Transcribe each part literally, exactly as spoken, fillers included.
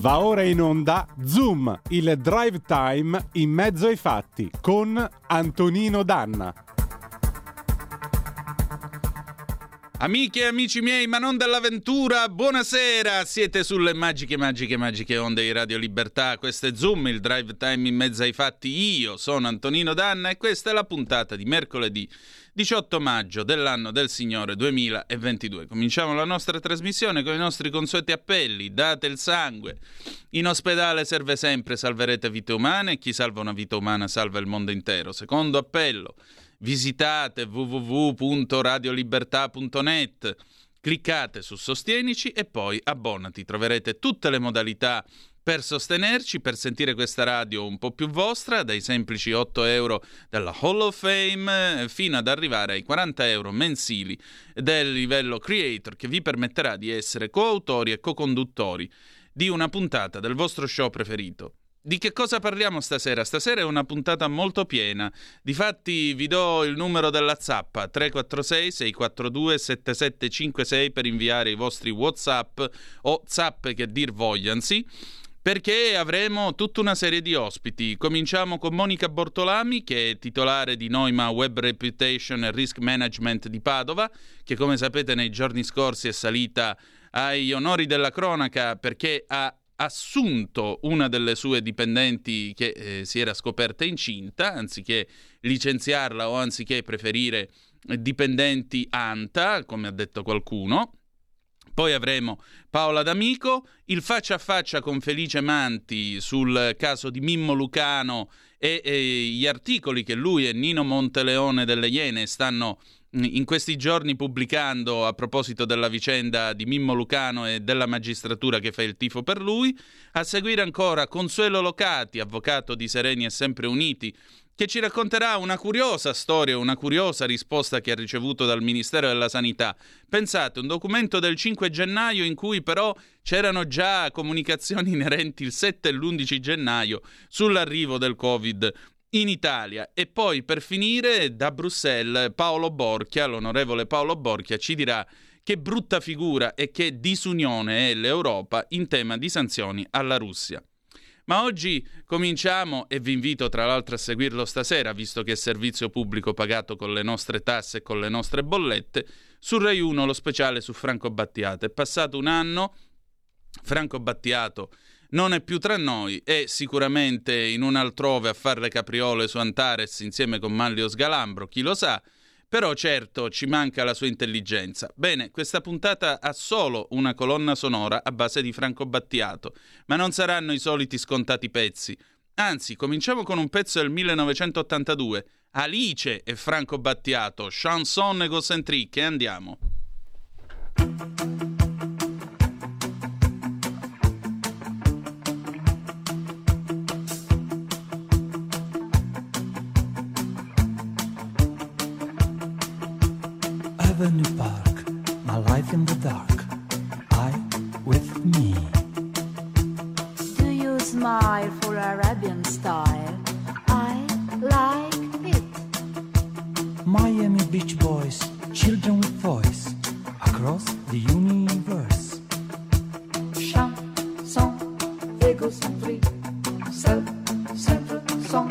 Va ora in onda Zoom, il drive time in mezzo ai fatti con Antonino Danna. Amiche e amici miei, ma non dell'avventura, buonasera! Siete sulle magiche, magiche, magiche onde di Radio Libertà. Questo è Zoom, il drive time in mezzo ai fatti. Io sono Antonino Danna e questa è la puntata di mercoledì diciotto maggio dell'anno del Signore duemilaventidue. Cominciamo la nostra trasmissione con i nostri consueti appelli. Date il sangue. In ospedale serve sempre, salverete vite umane e chi salva una vita umana salva il mondo intero. Secondo appello. Visitate w w w punto radio libertà punto net, cliccate su Sostienici e poi abbonati. Troverete tutte le modalità per sostenerci, per sentire questa radio un po' più vostra, dai semplici otto euro della Hall of Fame fino ad arrivare ai quaranta euro mensili del livello Creator, che vi permetterà di essere coautori e co-conduttori di una puntata del vostro show preferito. Di che cosa parliamo stasera? Stasera è una puntata molto piena. Difatti vi do il numero della zappa tre quattro sei sei quattro due sette sette cinque sei per inviare i vostri WhatsApp o zappe che dir vogliansi, perché avremo tutta una serie di ospiti. Cominciamo con Monica Bortolami, che è titolare di Noima Web Reputation e Risk Management di Padova, che come sapete nei giorni scorsi è salita ai onori della cronaca perché ha assunto una delle sue dipendenti che eh, si era scoperta incinta, anziché licenziarla o anziché preferire dipendenti ANTA, come ha detto qualcuno. Poi avremo Paola D'Amico, il faccia a faccia con Felice Manti sul caso di Mimmo Lucano e, e gli articoli che lui e Nino Monteleone delle Iene stanno in questi giorni pubblicando a proposito della vicenda di Mimmo Lucano e della magistratura che fa il tifo per lui. A seguire ancora Consuelo Locati, avvocato di Sereni e Sempre Uniti, che ci racconterà una curiosa storia, una curiosa risposta che ha ricevuto dal Ministero della Sanità. Pensate, un documento del cinque gennaio in cui però c'erano già comunicazioni inerenti il sette e l'undici gennaio sull'arrivo del Covid in Italia. E poi per finire da Bruxelles Paolo Borchia, l'onorevole Paolo Borchia, ci dirà che brutta figura e che disunione è l'Europa in tema di sanzioni alla Russia. Ma oggi cominciamo, e vi invito tra l'altro a seguirlo stasera, visto che è servizio pubblico pagato con le nostre tasse e con le nostre bollette, su Rai uno lo speciale su Franco Battiato. È passato un anno, Franco Battiato non è più tra noi, è sicuramente in un altrove a fare le capriole su Antares insieme con Manlio Sgalambro, chi lo sa, però certo ci manca la sua intelligenza. Bene, questa puntata ha solo una colonna sonora a base di Franco Battiato, ma non saranno i soliti scontati pezzi. Anzi, cominciamo con un pezzo del millenovecentottantadue, Alice e Franco Battiato, chanson egocentrique, e andiamo. Avenue Park, my life in the dark, I with me. Do you smile for Arabian style? I like it. Miami Beach Boys, children with voice, across the universe. Chanson, égocentrique, self-centered song.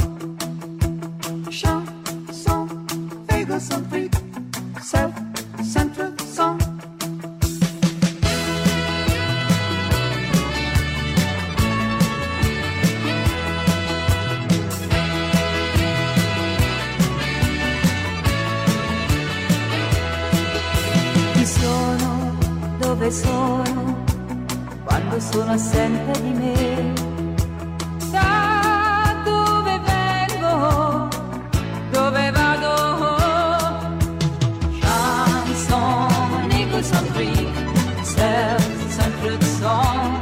Chanson, égocentrique, self-centered song. Chi sono, dove sono, quando sono assente di me? Da dove vengo, dove vado? Chanson égocentrique, self-centered song.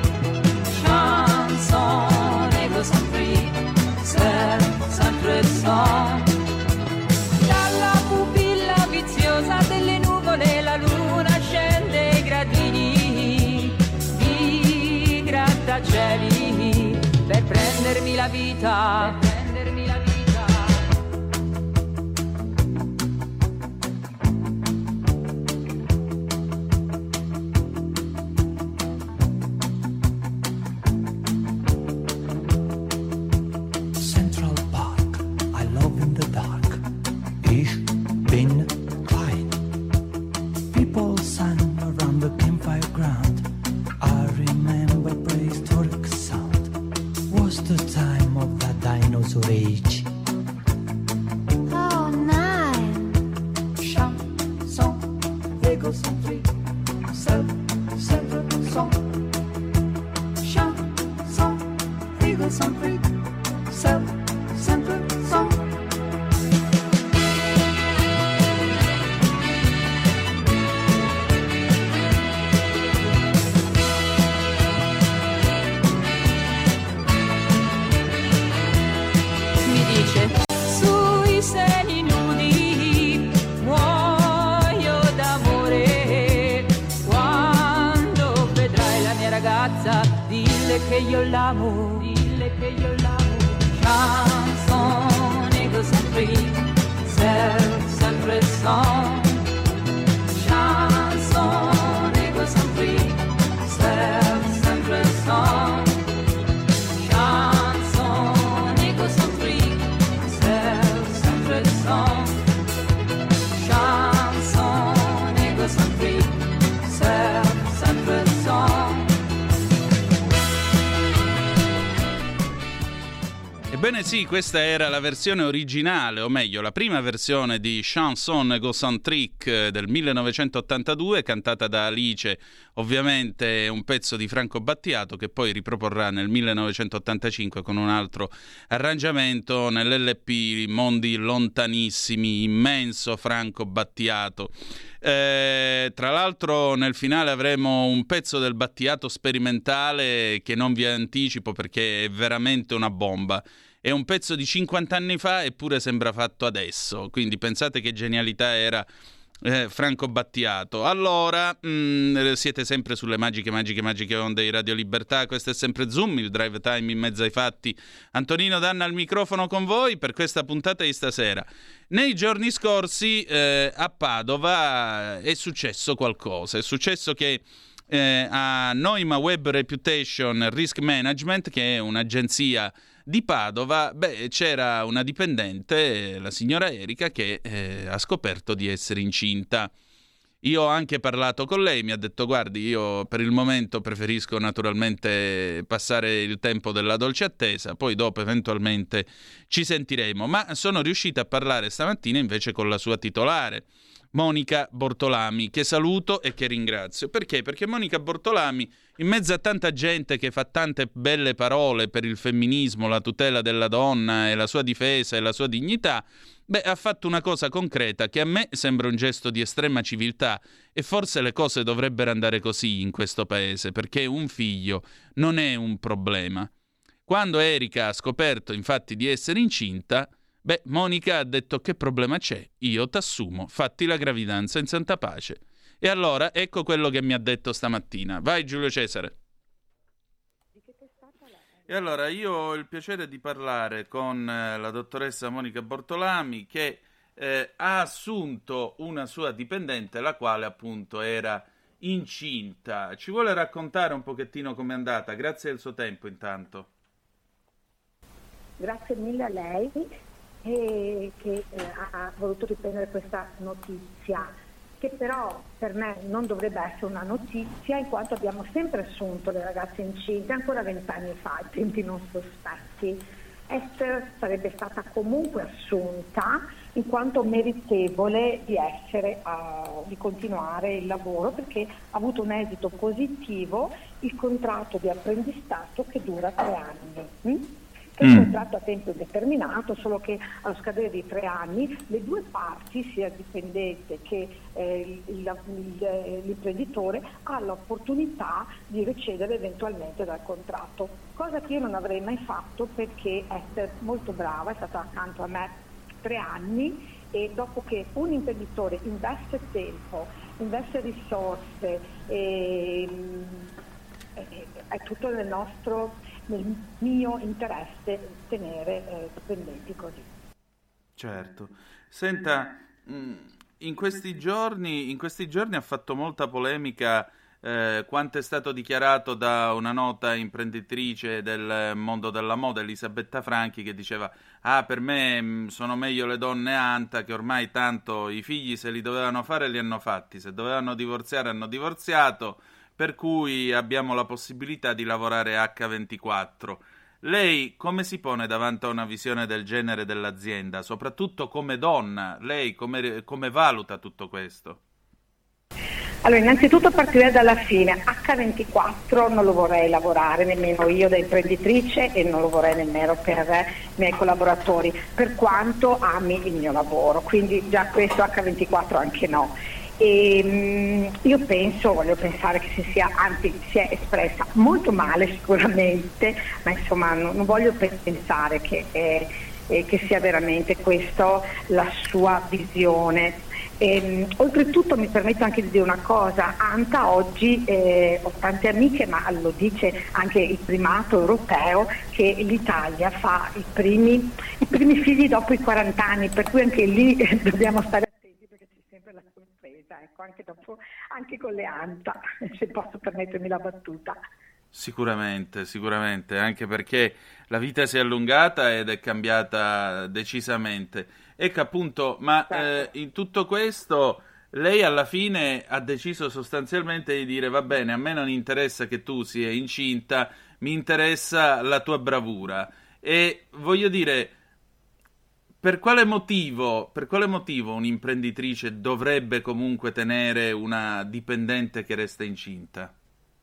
Chanson égocentrique, self-centered song. Dalla pupilla viziosa delle nuvole la luna scende ai gradini di grattacieli per prendermi la vita, per prendermi la vita. the time of the dinosaur age. Oh, nine. Chanson, égocentrique, seul, simple son. Chanson, égocentrique, seul, simple son. Sui seni nudi muoio d'amore. Quando vedrai la mia ragazza, dille che io l'amo, dille che io l'amo. Chanson égocentrique, c'est sempre son. Chanson égocentrique, c'est sempre son. Chanson égocentrique, c'est sempre son. Ebbene sì, questa era la versione originale, o meglio, la prima versione di Chanson égocentrique del millenovecentottantadue, cantata da Alice, ovviamente un pezzo di Franco Battiato che poi riproporrà nel millenovecentottantacinque con un altro arrangiamento nell'L P Mondi Lontanissimi, immenso Franco Battiato. Eh, tra l'altro nel finale avremo un pezzo del Battiato sperimentale che non vi anticipo perché è veramente una bomba. È un pezzo di cinquanta anni fa eppure sembra fatto adesso, quindi pensate che genialità era eh, Franco Battiato. Allora, mh, siete sempre sulle magiche, magiche, magiche onde di Radio Libertà, questo è sempre Zoom, il drive time in mezzo ai fatti. Antonino Danna al microfono con voi per questa puntata di stasera. Nei giorni scorsi eh, a Padova è successo qualcosa, è successo che eh, a Noima Web Reputation Risk Management, che è un'agenzia di Padova, beh, c'era una dipendente, la signora Erika, che eh, ha scoperto di essere incinta. Io ho anche parlato con lei, mi ha detto: guardi, io per il momento preferisco naturalmente passare il tempo della dolce attesa, poi dopo eventualmente ci sentiremo. Ma sono riuscita a parlare stamattina invece con la sua titolare, Monica Bortolami, che saluto e che ringrazio. Perché? Perché Monica Bortolami, in mezzo a tanta gente che fa tante belle parole per il femminismo, la tutela della donna e la sua difesa e la sua dignità, beh, ha fatto una cosa concreta che a me sembra un gesto di estrema civiltà, e forse le cose dovrebbero andare così in questo paese, perché un figlio non è un problema. Quando Erika ha scoperto infatti di essere incinta, beh, Monica ha detto: che problema c'è? Io t'assumo, fatti la gravidanza in santa pace. E allora ecco quello che mi ha detto stamattina. Vai Giulio Cesare. E allora io ho il piacere di parlare con eh, la dottoressa Monica Bortolami, che eh, ha assunto una sua dipendente, la quale appunto era incinta. Ci vuole raccontare un pochettino com'è andata? Grazie del suo tempo intanto. Grazie mille a lei eh, che eh, ha, ha voluto riprendere questa notizia, che però per me non dovrebbe essere una notizia, in quanto abbiamo sempre assunto le ragazze incinte ancora vent'anni fa, ai tempi non sospetti. Esther sarebbe stata comunque assunta in quanto meritevole di essere, uh, di continuare il lavoro, perché ha avuto un esito positivo il contratto di apprendistato che dura tre anni. Hm? È un contratto a tempo indeterminato, solo che allo scadere di tre anni le due parti, sia il dipendente che eh, il, il, l'imprenditore, ha l'opportunità di recedere eventualmente dal contratto, cosa che io non avrei mai fatto, perché Esther è molto brava, è stata accanto a me tre anni, e dopo che un imprenditore investe tempo, investe risorse, e, e, è tutto nel nostro nel mio interesse tenere eh, dipendenti così. Certo. Senta, in questi giorni, in questi giorni ha fatto molta polemica eh, quanto è stato dichiarato da una nota imprenditrice del mondo della moda, Elisabetta Franchi, che diceva: ah, per me sono meglio le donne anta, che ormai tanto i figli se li dovevano fare li hanno fatti, se dovevano divorziare hanno divorziato, per cui abbiamo la possibilità di lavorare acca ventiquattro. Lei come si pone davanti a una visione del genere dell'azienda, soprattutto come donna? Lei come, come valuta tutto questo? Allora, innanzitutto partire dalla fine. acca ventiquattro non lo vorrei lavorare nemmeno io da imprenditrice e non lo vorrei nemmeno per i miei collaboratori, per quanto ami il mio lavoro, quindi già questo acca ventiquattro anche no. E, mh, io penso, voglio pensare che si sia, anzi si è espressa molto male sicuramente, ma insomma non, non voglio pensare che, eh, eh, che sia veramente questa la sua visione. E, oltretutto mi permetto anche di dire una cosa, Anta oggi, eh, ho tante amiche, ma lo dice anche il primato europeo, che l'Italia fa i primi, i primi figli dopo i quaranta anni, per cui anche lì eh, dobbiamo stare attenti perché c'è sempre la sorpresa, ecco, anche, dopo, anche con le Anta, se posso permettermi la battuta. Sicuramente, sicuramente, anche perché la vita si è allungata ed è cambiata decisamente. Ecco appunto, ma eh, in tutto questo lei alla fine ha deciso sostanzialmente di dire va bene, a me non interessa che tu sia incinta, mi interessa la tua bravura. E voglio dire, per quale motivo, per quale motivo un'imprenditrice dovrebbe comunque tenere una dipendente che resta incinta?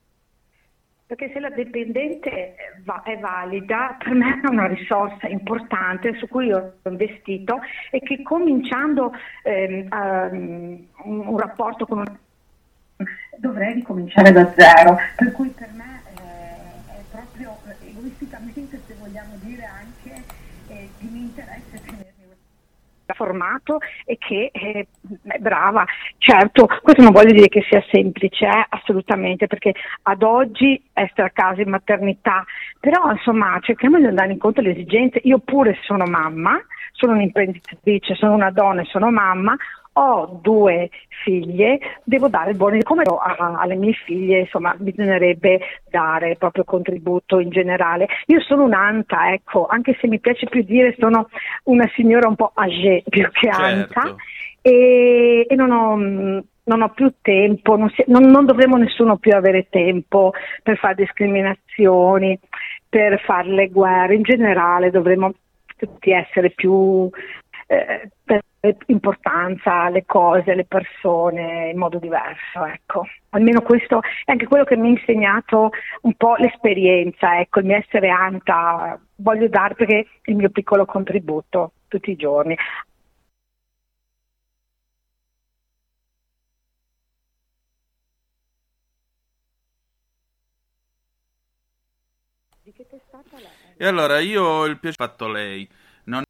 Perché se la dipendente va, è valida, per me è una risorsa importante su cui ho investito e che cominciando ehm, um, un, un rapporto con un... dovrei ricominciare da zero. Per cui per me eh, è proprio egoisticamente, se vogliamo dire, anche eh, di mio interesse tenermi formato e che eh, è brava. Certo, questo non voglio dire che sia semplice, eh, assolutamente, perché ad oggi essere a casa in maternità, però insomma cerchiamo di andare incontro alle esigenze. Io pure sono mamma, sono un'imprenditrice, sono una donna e sono mamma, ho due figlie, devo dare il buon come a, alle mie figlie, insomma bisognerebbe dare il proprio contributo in generale. Io sono un'anta, ecco, anche se mi piace più dire sono una signora un po' âgée più che anta, Certo. e, e non ho... non ho più tempo, non, si, non, non dovremo nessuno più avere tempo per fare discriminazioni, per fare le guerre, in generale dovremmo tutti essere più eh, per importanza alle cose, alle persone in modo diverso, ecco. Almeno questo è anche quello che mi ha insegnato un po' l'esperienza, ecco, il mio essere anta, voglio dare perché il mio piccolo contributo tutti i giorni. Di che testata lei? E allora io ho il piacere fatto lei. Non...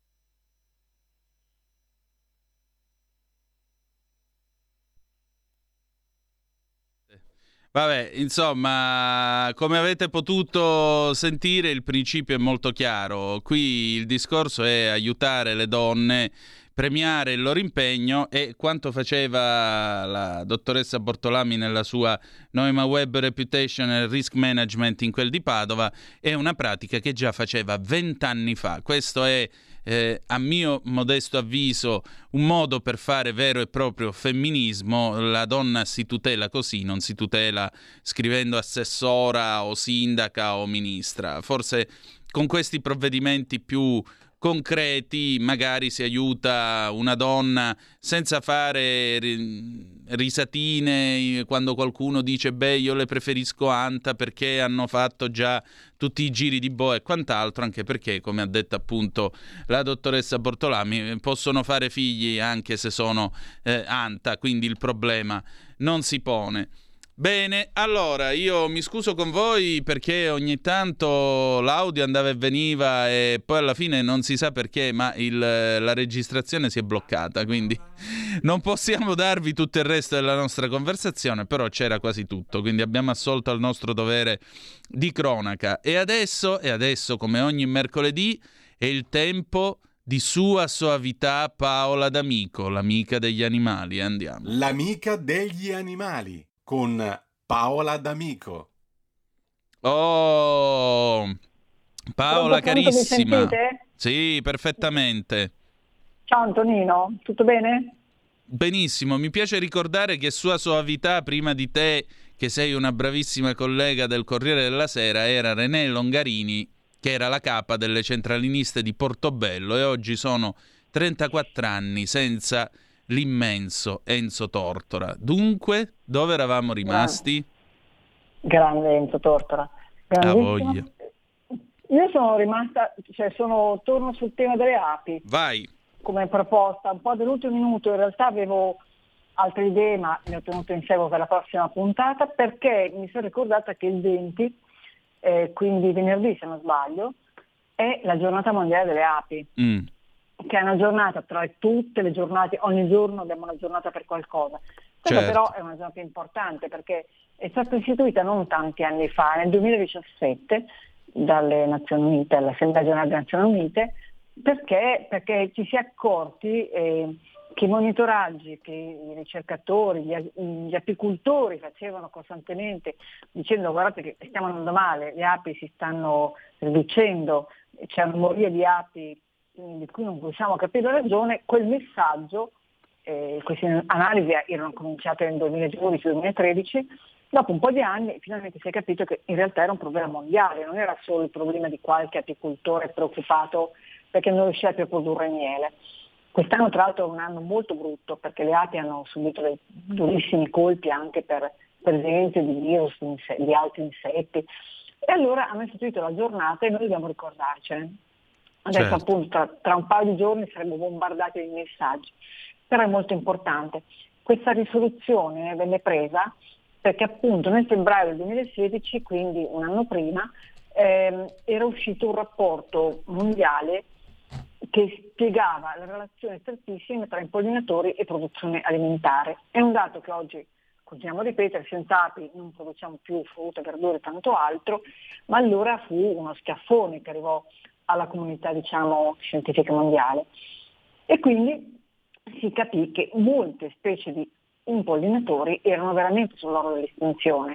Vabbè, insomma, come avete potuto sentire, il principio è molto chiaro. Qui il discorso è aiutare le donne, premiare il loro impegno, e quanto faceva la dottoressa Bortolami nella sua Noema Web Reputation and Risk Management in quel di Padova è una pratica che già faceva vent'anni fa. Questo è, eh, a mio modesto avviso, un modo per fare vero e proprio femminismo. La donna si tutela così, non si tutela scrivendo assessora o sindaca o ministra. Forse con questi provvedimenti più concreti magari si aiuta una donna senza fare risatine quando qualcuno dice beh io le preferisco anta perché hanno fatto già tutti i giri di boa e quant'altro, anche perché, come ha detto appunto la dottoressa Bortolami, possono fare figli anche se sono eh, anta, quindi il problema non si pone. Bene, allora io mi scuso con voi perché ogni tanto l'audio andava e veniva e poi alla fine non si sa perché, ma il, la registrazione si è bloccata, quindi non possiamo darvi tutto il resto della nostra conversazione, però c'era quasi tutto, quindi abbiamo assolto al nostro dovere di cronaca. E adesso, e adesso come ogni mercoledì, è il tempo di Sua Soavità Paola D'Amico, l'amica degli animali. Andiamo. L'amica degli animali con Paola D'Amico. Oh, Paola Pronto, pronto, mi carissima. sentite? Sì, perfettamente. Ciao Antonino, tutto bene? Benissimo, mi piace ricordare che Sua Soavità, prima di te, che sei una bravissima collega del Corriere della Sera, era René Longarini, che era la capa delle centraliniste di Portobello, e oggi sono trentaquattro anni senza l'immenso Enzo Tortora. Dunque, dove eravamo rimasti? Grande Enzo Tortora. A Grandissimo. voglia. Io sono rimasta, cioè sono, torno sul tema delle api Vai. come proposta, un po' dell'ultimo minuto. In realtà avevo altre idee, ma ne ho tenuto in seguito per la prossima puntata, perché mi sono ricordata che il venti, eh, quindi venerdì se non sbaglio, è la giornata mondiale delle api, Mm. che è una giornata tra tutte le giornate, ogni giorno abbiamo una giornata per qualcosa. Questa Certo. però è una giornata importante perché è stata istituita non tanti anni fa, nel duemiladiciassette, dalle Nazioni Unite, all'Assemblea Generale delle Nazioni Unite, perché, perché ci si è accorti eh, che i monitoraggi che i ricercatori, gli, gli apicoltori facevano costantemente, dicendo guardate che stiamo andando male, le api si stanno riducendo, c'è una moria di api di cui non possiamo capire la ragione, quel messaggio, eh, queste analisi erano cominciate nel duemiladodici duemilatredici, dopo un po' di anni finalmente si è capito che in realtà era un problema mondiale, non era solo il problema di qualche apicoltore preoccupato perché non riusciva più a produrre miele. Quest'anno tra l'altro è un anno molto brutto perché le api hanno subito dei durissimi colpi anche per presenze di virus, di, inse- di altri insetti, e allora hanno istituito la giornata e noi dobbiamo ricordarcene. Adesso Certo. appunto tra, tra un paio di giorni saremo bombardati di messaggi, però è molto importante. Questa risoluzione venne presa perché appunto nel febbraio del duemilasedici, quindi un anno prima, ehm, era uscito un rapporto mondiale che spiegava la relazione strettissima tra impollinatori e produzione alimentare. È un dato che oggi continuiamo a ripetere, senza api non produciamo più frutta, verdure e tanto altro, ma allora fu uno schiaffone che arrivò alla comunità, diciamo, scientifica mondiale. E quindi si capì che molte specie di impollinatori erano veramente sull'orlo dell'estinzione.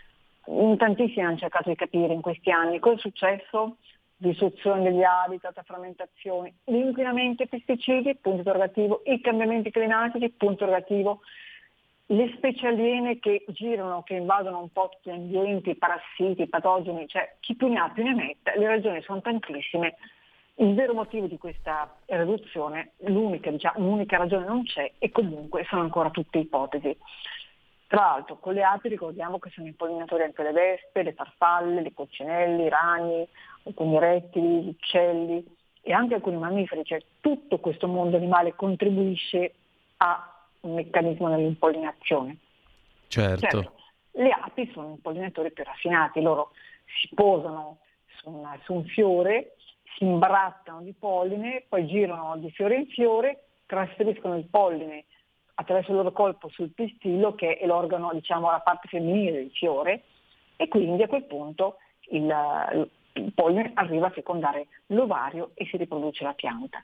In tantissimi hanno cercato di capire in questi anni cosa è successo: distruzione degli habitat, frammentazioni, l'inquinamento, i pesticidi, punto interrogativo, i cambiamenti climatici, punto interrogativo, le specie aliene che girano, che invadono un po' tutti gli ambienti, i parassiti, i patogeni, cioè chi più ne ha più ne metta, le ragioni sono tantissime. Il vero motivo di questa riduzione, l'unica, diciamo, un'unica ragione non c'è, e comunque sono ancora tutte ipotesi. Tra l'altro con le api ricordiamo che sono impollinatori anche le vespe, le farfalle, le coccinelli, i ragni, alcuni rettili, gli uccelli e anche alcuni mammiferi, cioè tutto questo mondo animale contribuisce a un meccanismo dell'impollinazione. Certo. Certo, le api sono impollinatori più raffinati, loro si posano su, una, su un fiore, si imbrattano di polline, poi girano di fiore in fiore, trasferiscono il polline attraverso il loro colpo sul pistillo, che è l'organo, diciamo, la parte femminile del fiore, e quindi a quel punto il, il polline arriva a fecondare l'ovario e si riproduce la pianta.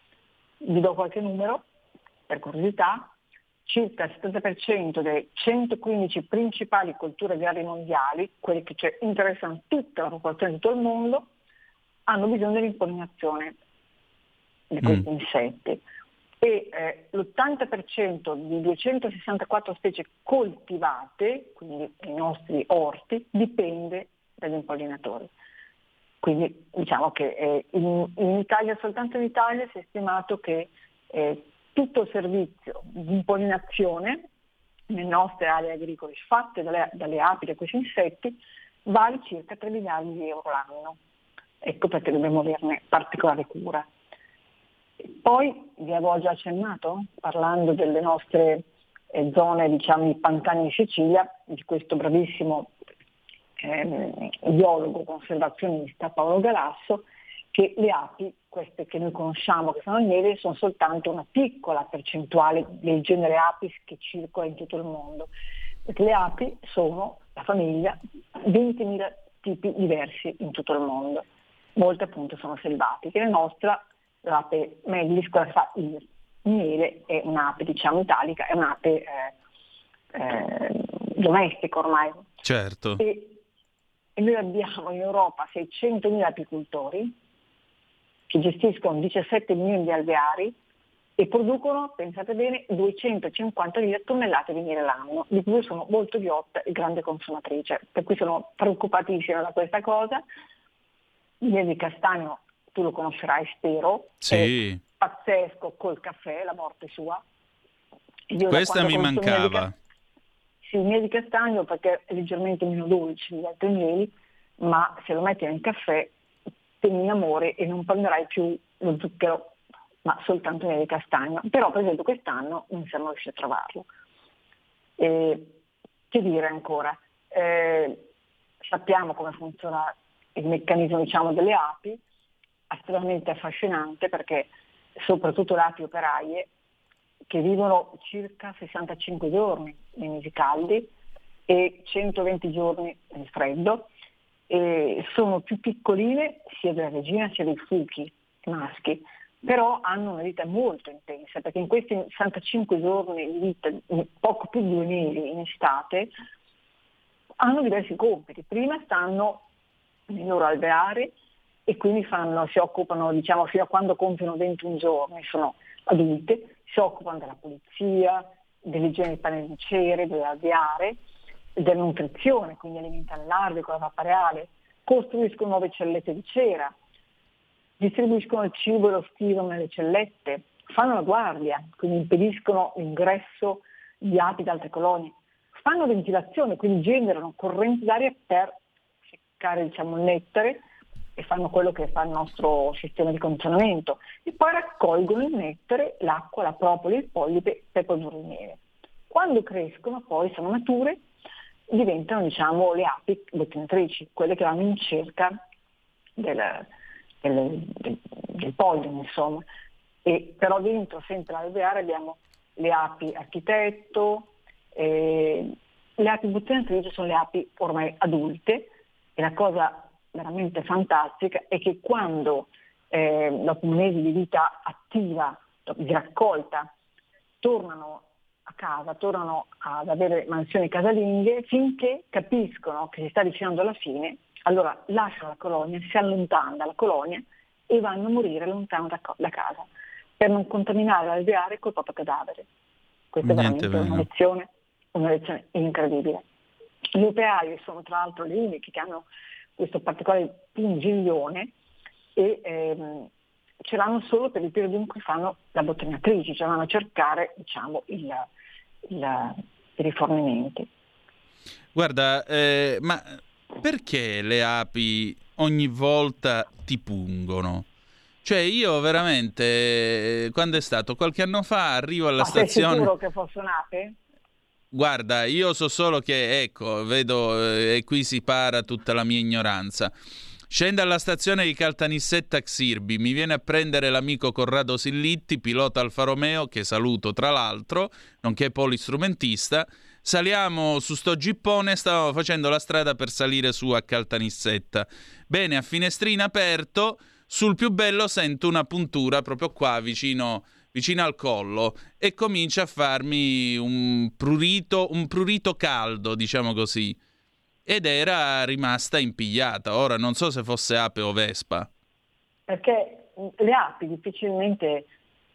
Vi do qualche numero, per curiosità. Circa il settanta per cento delle centoquindici principali colture agrarie mondiali, quelle che cioè interessano tutta la popolazione di tutto il mondo, hanno bisogno dell'impollinazione di questi Mm. insetti. E eh, l'ottanta per cento di duecentosessantaquattro specie coltivate, quindi i nostri orti, dipende dagli impollinatori. Quindi diciamo che eh, in, in Italia, soltanto in Italia, si è stimato che eh, tutto il servizio di impollinazione nelle nostre aree agricole fatte dalle, dalle api, da questi insetti, vale circa tre miliardi di euro l'anno. Ecco perché dobbiamo averne particolare cura. Poi vi avevo già accennato, parlando delle nostre eh, zone, diciamo, i pantani di Sicilia, di questo bravissimo eh, biologo conservazionista Paolo Galasso, che le api, queste che noi conosciamo, che fanno il miele, sono soltanto una piccola percentuale del genere Apis che circola in tutto il mondo. Perché le api sono la famiglia, ventimila tipi diversi in tutto il mondo. Molte appunto sono selvatiche. La nostra, l'ape Mellis, cosa fa? Il miele è un'ape, diciamo, italica, è un'ape eh, eh, domestica ormai. Certo. E, e noi abbiamo in Europa seicentomila apicoltori che gestiscono diciassette milioni di alveari e producono, pensate bene, duecentocinquantamila tonnellate di miele l'anno, di cui sono molto ghiotta e grande consumatrice, per cui sono preoccupatissima da questa cosa. Il miele di castagno, tu lo conoscerai, spero, Sì. è pazzesco col caffè, la morte sua. Io da Questa quando mi consumo miele di mancava. ca- Sì, il miele di castagno perché è leggermente meno dolce degli altri mieli, ma se lo metti nel caffè te ne innamori e non prenderai più lo zucchero, ma soltanto miele di castagno. Però per esempio quest'anno non siamo riusciti a trovarlo. E, che dire ancora? Eh, sappiamo come funziona il meccanismo, diciamo, delle api, estremamente affascinante perché soprattutto le api operaie che vivono circa sessantacinque giorni nei mesi caldi e centoventi giorni nel freddo, e sono più piccoline sia della regina sia dei fuchi maschi, però hanno una vita molto intensa perché in questi sessantacinque giorni di vita, poco più di due mesi in estate, hanno diversi compiti. Prima stanno nei loro alveari e quindi fanno, si occupano, diciamo, fino a quando compiono ventuno giorni, sono adulte, si occupano della pulizia, dell'igiene dei panni di cere, dell'alveare, della nutrizione, quindi alimentano larve con la pappa reale, costruiscono nuove cellette di cera, distribuiscono il cibo e lo stiro nelle cellette, fanno la guardia, quindi impediscono l'ingresso di api da altre colonie, fanno ventilazione, quindi generano correnti d'aria per seccare, diciamo, il nettare e fanno quello che fa il nostro sistema di condizionamento e poi raccolgono il nettare, l'acqua, la propola e il pollipe per produrre il miele. Quando crescono poi sono mature, diventano, diciamo, le api bottinatrici, quelle che vanno in cerca del, del, del, del polline, insomma. E però dentro sempre all'alveare abbiamo le api architetto, eh, le api bottinatrici sono le api ormai adulte e la cosa veramente fantastica è che quando eh, dopo un mese di vita attiva, di raccolta, tornano a casa, tornano ad avere mansioni casalinghe finché capiscono che si sta avvicinando alla fine, allora lasciano la colonia, si allontanano dalla colonia e vanno a morire lontano da, da casa per non contaminare l'alveare col proprio cadavere. Questa è Niente veramente una meno. lezione, una lezione incredibile. Le operaie sono tra l'altro le uniche che hanno questo particolare pungiglione e ehm, ce l'hanno solo per il periodo in cui fanno la bottinatrice, cioè vanno a cercare, diciamo, il, il, i rifornimenti. Guarda, eh, ma perché le api ogni volta ti pungono? Cioè io veramente, eh, quando è stato? Qualche anno fa arrivo alla Ma sei stazione... sicuro che fosse un'ape? Guarda, io so solo che, ecco, vedo, eh, e qui si para tutta la mia ignoranza. Scendo alla stazione di Caltanissetta Xirbi, mi viene a prendere l'amico Corrado Sillitti, pilota Alfa Romeo, che saluto tra l'altro, nonché polistrumentista. Saliamo su sto gippone, stavamo facendo la strada per salire su a Caltanissetta. Bene, a finestrino aperto, sul più bello sento una puntura proprio qua vicino... vicino al collo e comincia a farmi un prurito, un prurito caldo, diciamo così. Ed era rimasta impigliata. Ora non so se fosse ape o vespa. Perché le api difficilmente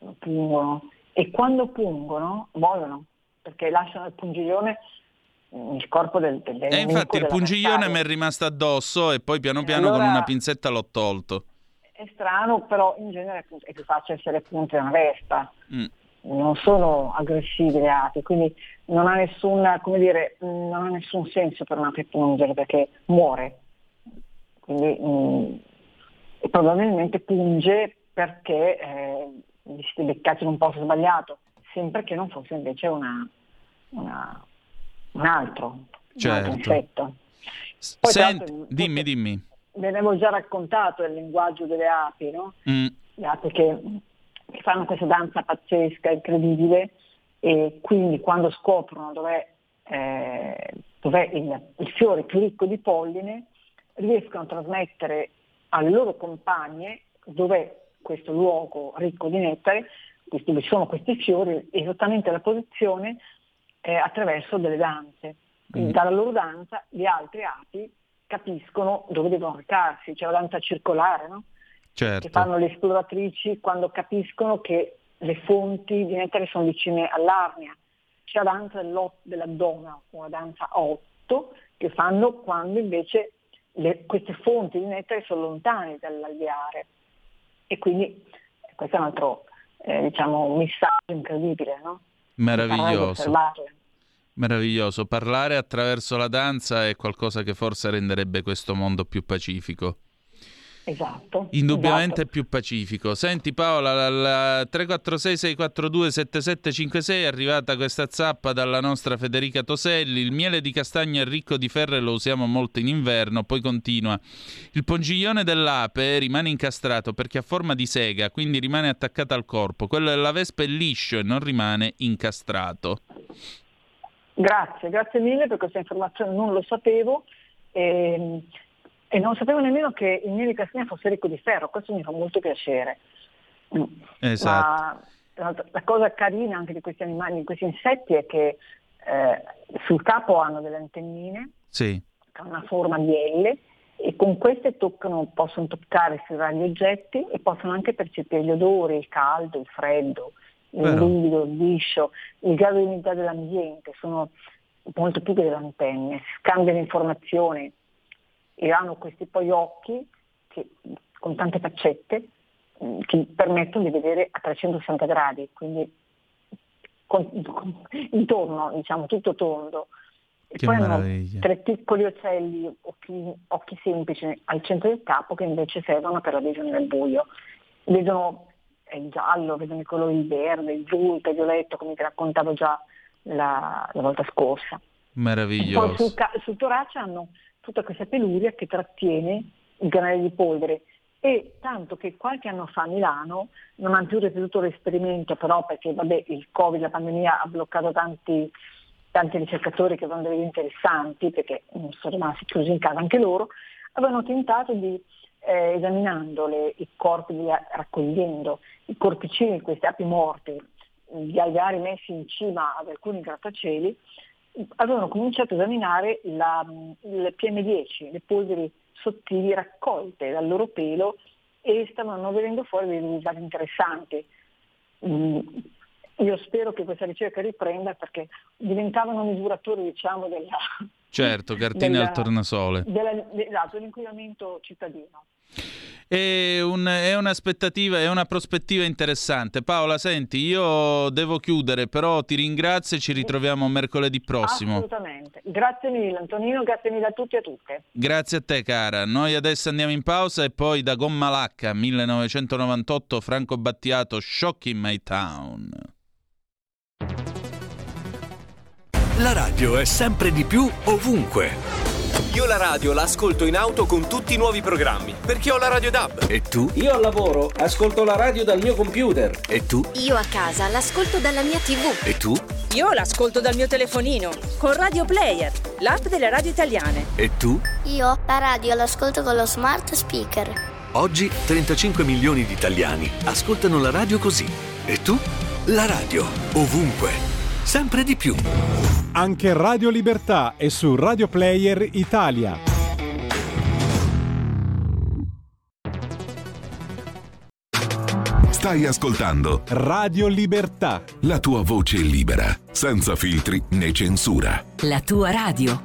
pungono e quando pungono muoiono, perché lasciano il pungiglione nel corpo del, del E infatti il pungiglione mi è dell'avversario. rimasto addosso e poi piano E piano con allora- una pinzetta l'ho tolto. È strano, però in genere è più facile essere appunto una vespa. Mm. Non sono aggressivi le api, quindi non ha nessun, come dire, non ha nessun senso per un'ape pungere perché muore. Quindi mh, e probabilmente punge perché eh, vi siete beccati in un posto sbagliato, sempre che non fosse invece una, una- un altro, un altro Certo. insetto. S- Poi, tra Senti, l'altro, dimmi, forse- dimmi. Ve ne avevo già raccontato il linguaggio delle api, no? Mm. Le api che, che fanno questa danza pazzesca, incredibile, e quindi quando scoprono dov'è, eh, dov'è il, il fiore più ricco di polline, riescono a trasmettere alle loro compagne dov'è questo luogo ricco di nettare, questi- dove sono questi fiori, esattamente la posizione eh, attraverso delle danze. Quindi Mm. dalla loro danza le altre api capiscono dove devono recarsi, c'è la danza circolare, no? Che Certo. fanno le esploratrici quando capiscono che le fonti di nettare sono vicine all'arnia. C'è la danza dell'o- della donna, una danza a otto, che fanno quando invece le, queste fonti di nettare sono lontane dall'alveare e quindi questo è un altro eh, diciamo messaggio incredibile, no? Meraviglioso. Meraviglioso. Parlare attraverso la danza è qualcosa che forse renderebbe questo mondo più pacifico. Esatto. Indubbiamente esatto. più pacifico. Senti Paola, al tre quattro sei sei quattro due sette sette cinque sei è arrivata questa zappa dalla nostra Federica Toselli. Il miele di castagno è ricco di ferro e lo usiamo molto in inverno. Poi continua: il pongiglione dell'ape rimane incastrato perché ha forma di sega, quindi rimane attaccato al corpo. Quello della vespa è liscio e non rimane incastrato. Grazie, grazie mille per questa informazione, non lo sapevo. E... E non sapevo nemmeno che il miele di castagno fosse ricco di ferro, questo mi fa molto piacere. Esatto. Ma la cosa carina anche di questi animali, di questi insetti, è che eh, sul capo hanno delle antennine, sì, che hanno una forma di L, e con queste toccano, possono toccare sui vari oggetti e possono anche percepire gli odori, il caldo, il freddo, il Però. livido, il liscio, il grado di umidità dell'ambiente, sono molto più delle antenne, scambiano informazioni. E hanno questi poi occhi che, con tante faccette che permettono di vedere a trecentosessanta gradi, quindi con, con, intorno, diciamo, tutto tondo. E che poi meraviglia. Hanno tre piccoli uccelli, occhi, occhi semplici al centro del capo, che invece servono per la visione del buio. Vedono il giallo, vedono i colori verde, il blu, il violetto, come ti raccontavo già la, la volta scorsa. Meraviglioso. E poi sul, sul torace hanno tutta questa peluria che trattiene il granello di polvere, e tanto che qualche anno fa a Milano non hanno più ripetuto l'esperimento, però perché vabbè, il Covid, la pandemia ha bloccato tanti, tanti ricercatori che avevano delle idee interessanti, perché non sono rimasti chiusi in casa anche loro, avevano tentato di, eh, esaminando le, i corpi, raccogliendo i corpicini di queste api morte, gli alveari messi in cima ad alcuni grattacieli, avevano cominciato a esaminare la, il P M dieci, le polveri sottili raccolte dal loro pelo, e stavano venendo fuori dei risultati interessanti. Mm, io spero che questa ricerca riprenda, perché diventavano misuratori, diciamo, della, certo, cartine della, al tornasole. Della, esatto, dell'inquinamento cittadino. È, un, è un'aspettativa, è una prospettiva interessante. Paola, senti, io devo chiudere, però ti ringrazio e ci ritroviamo mercoledì prossimo. Assolutamente. Grazie mille Antonino, grazie mille a tutti e a tutte. Grazie a te, cara. Noi adesso andiamo in pausa e poi da Gomma Lacca, millenovecentonovantotto, Franco Battiato, Shock in My Town. La radio è sempre di più ovunque. Io la radio la ascolto in auto con tutti i nuovi programmi, perché ho la Radio D A B. E tu? Io al lavoro ascolto la radio dal mio computer. E tu? Io a casa l'ascolto dalla mia tivù. E tu? Io l'ascolto dal mio telefonino, con Radio Player, l'app delle radio italiane. E tu? Io la radio l'ascolto con lo smart speaker. Oggi trentacinque milioni di italiani ascoltano la radio così. E tu? La radio, ovunque, sempre di più. Anche Radio Libertà è su Radio Player Italia. Stai ascoltando Radio Libertà, la tua voce libera, senza filtri né censura. La tua radio.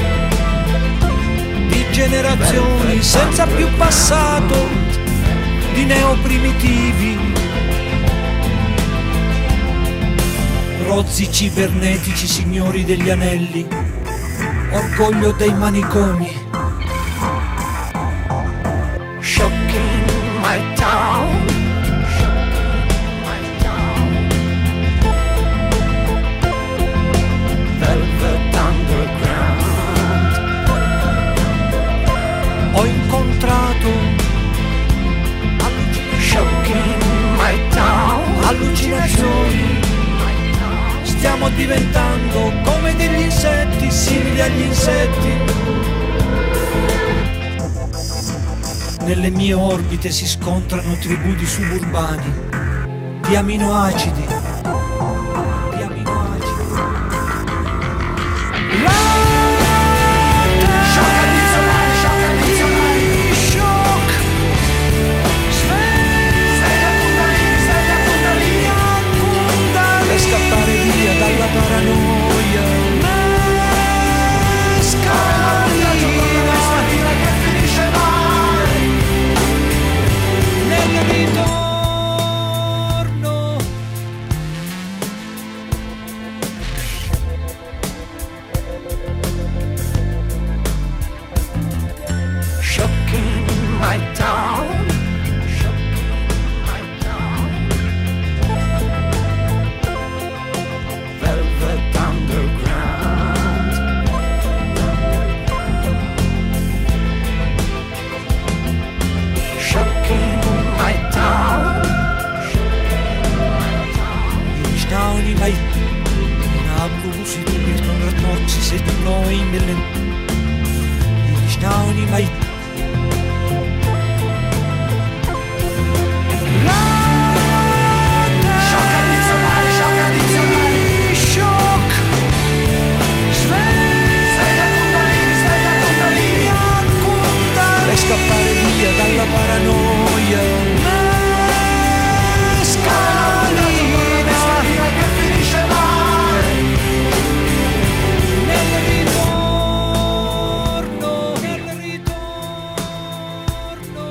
Generazioni senza più passato, di neoprimitivi, rozzi cibernetici, signori degli anelli, orgoglio dei manicomi. Shocking my town, shocking my town, velvet underground. Ho incontrato shocking my town, allucinazioni. Stiamo diventando come degli insetti, simili agli insetti. Nelle mie orbite si scontrano tribù di suburbani, di aminoacidi, di aminoacidi. Shock addizionale, shock addizionale, shock. Sveglia Kundalini, sveglia Kundalini, per scappare via dalla paranoia. Mescalina, stamattina che finisce male. Nel ritorno, shocking my town, shocking my town, velvet underground, shocking my town, ich staune bei Nablus, du bist noch nicht noch, sie sind noch in Berlin. Ich staune bei Shock addizionale, shock addizionale, shock. Sveglia Kundalini, sveglia Kundalini, Kundalini, per scappare via dalla paranoia. Mescalina, stamattina che finisce male. Nel ritorno, nel ritorno,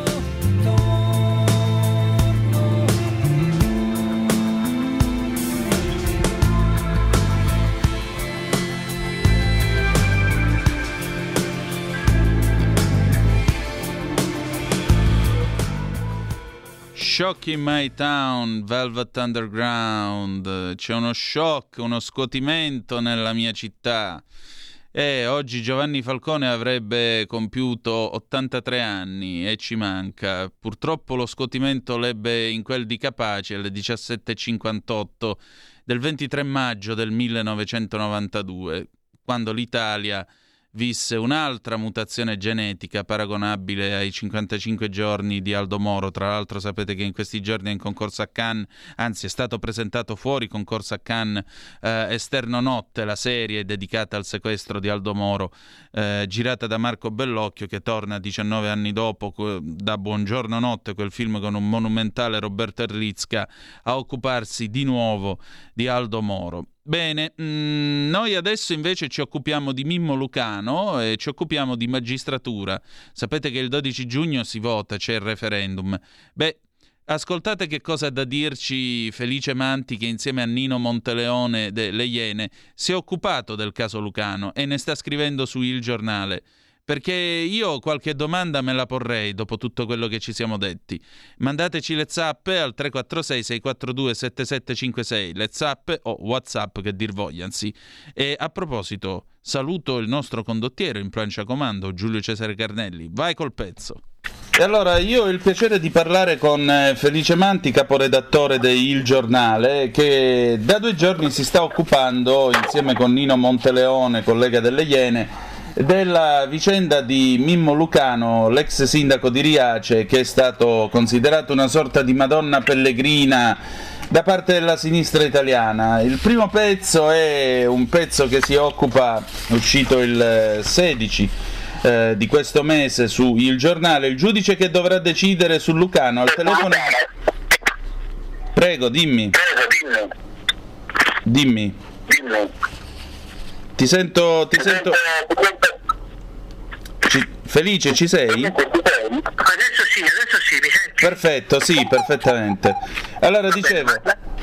Shock in my town, Velvet Underground. C'è uno shock, uno scuotimento nella mia città. E oggi Giovanni Falcone avrebbe compiuto ottantatré anni e ci manca. Purtroppo lo scuotimento l'ebbe in quel di Capaci alle diciassette e cinquantotto del ventitré maggio del millenovecentonovantadue, quando l'Italia visse un'altra mutazione genetica paragonabile ai cinquantacinque giorni di Aldo Moro. Tra l'altro sapete che in questi giorni è in concorso a Cannes, anzi è stato presentato fuori concorso a Cannes eh, Esterno Notte, la serie dedicata al sequestro di Aldo Moro, eh, girata da Marco Bellocchio, che torna diciannove anni dopo da Buongiorno Notte, quel film con un monumentale Roberto Erlicka, a occuparsi di nuovo di Aldo Moro. Bene, mh, noi adesso invece ci occupiamo di Mimmo Lucano e ci occupiamo di magistratura. Sapete che il dodici giugno si vota, c'è il referendum. Beh, ascoltate che cosa ha da dirci Felice Manti, che insieme a Nino Monteleone delle Iene si è occupato del caso Lucano e ne sta scrivendo su Il Giornale. Perché io qualche domanda me la porrei dopo tutto quello che ci siamo detti. Mandateci le zappe al tre quattro sei sei quattro due sette sette cinque sei, le zappe o WhatsApp che dir vogliansi. E a proposito, saluto il nostro condottiero in plancia comando, Giulio Cesare Carnelli. Vai col pezzo. E allora io ho il piacere di parlare con Felice Manti, caporedattore di Il Giornale, che da due giorni si sta occupando, insieme con Nino Monteleone, collega delle Iene, della vicenda di Mimmo Lucano, l'ex sindaco di Riace, che è stato considerato una sorta di Madonna pellegrina da parte della sinistra italiana. Il primo pezzo è un pezzo che si occupa, è uscito il sedici eh, di questo mese su Il Giornale, il giudice che dovrà decidere su Lucano. Al telefono. Prego, dimmi. Dimmi. Dimmi. Ti sento, ti sento. Ci, Felice, ci sei? Adesso sì, adesso sì, mi senti? Perfetto, sì, perfettamente. Allora dicevo,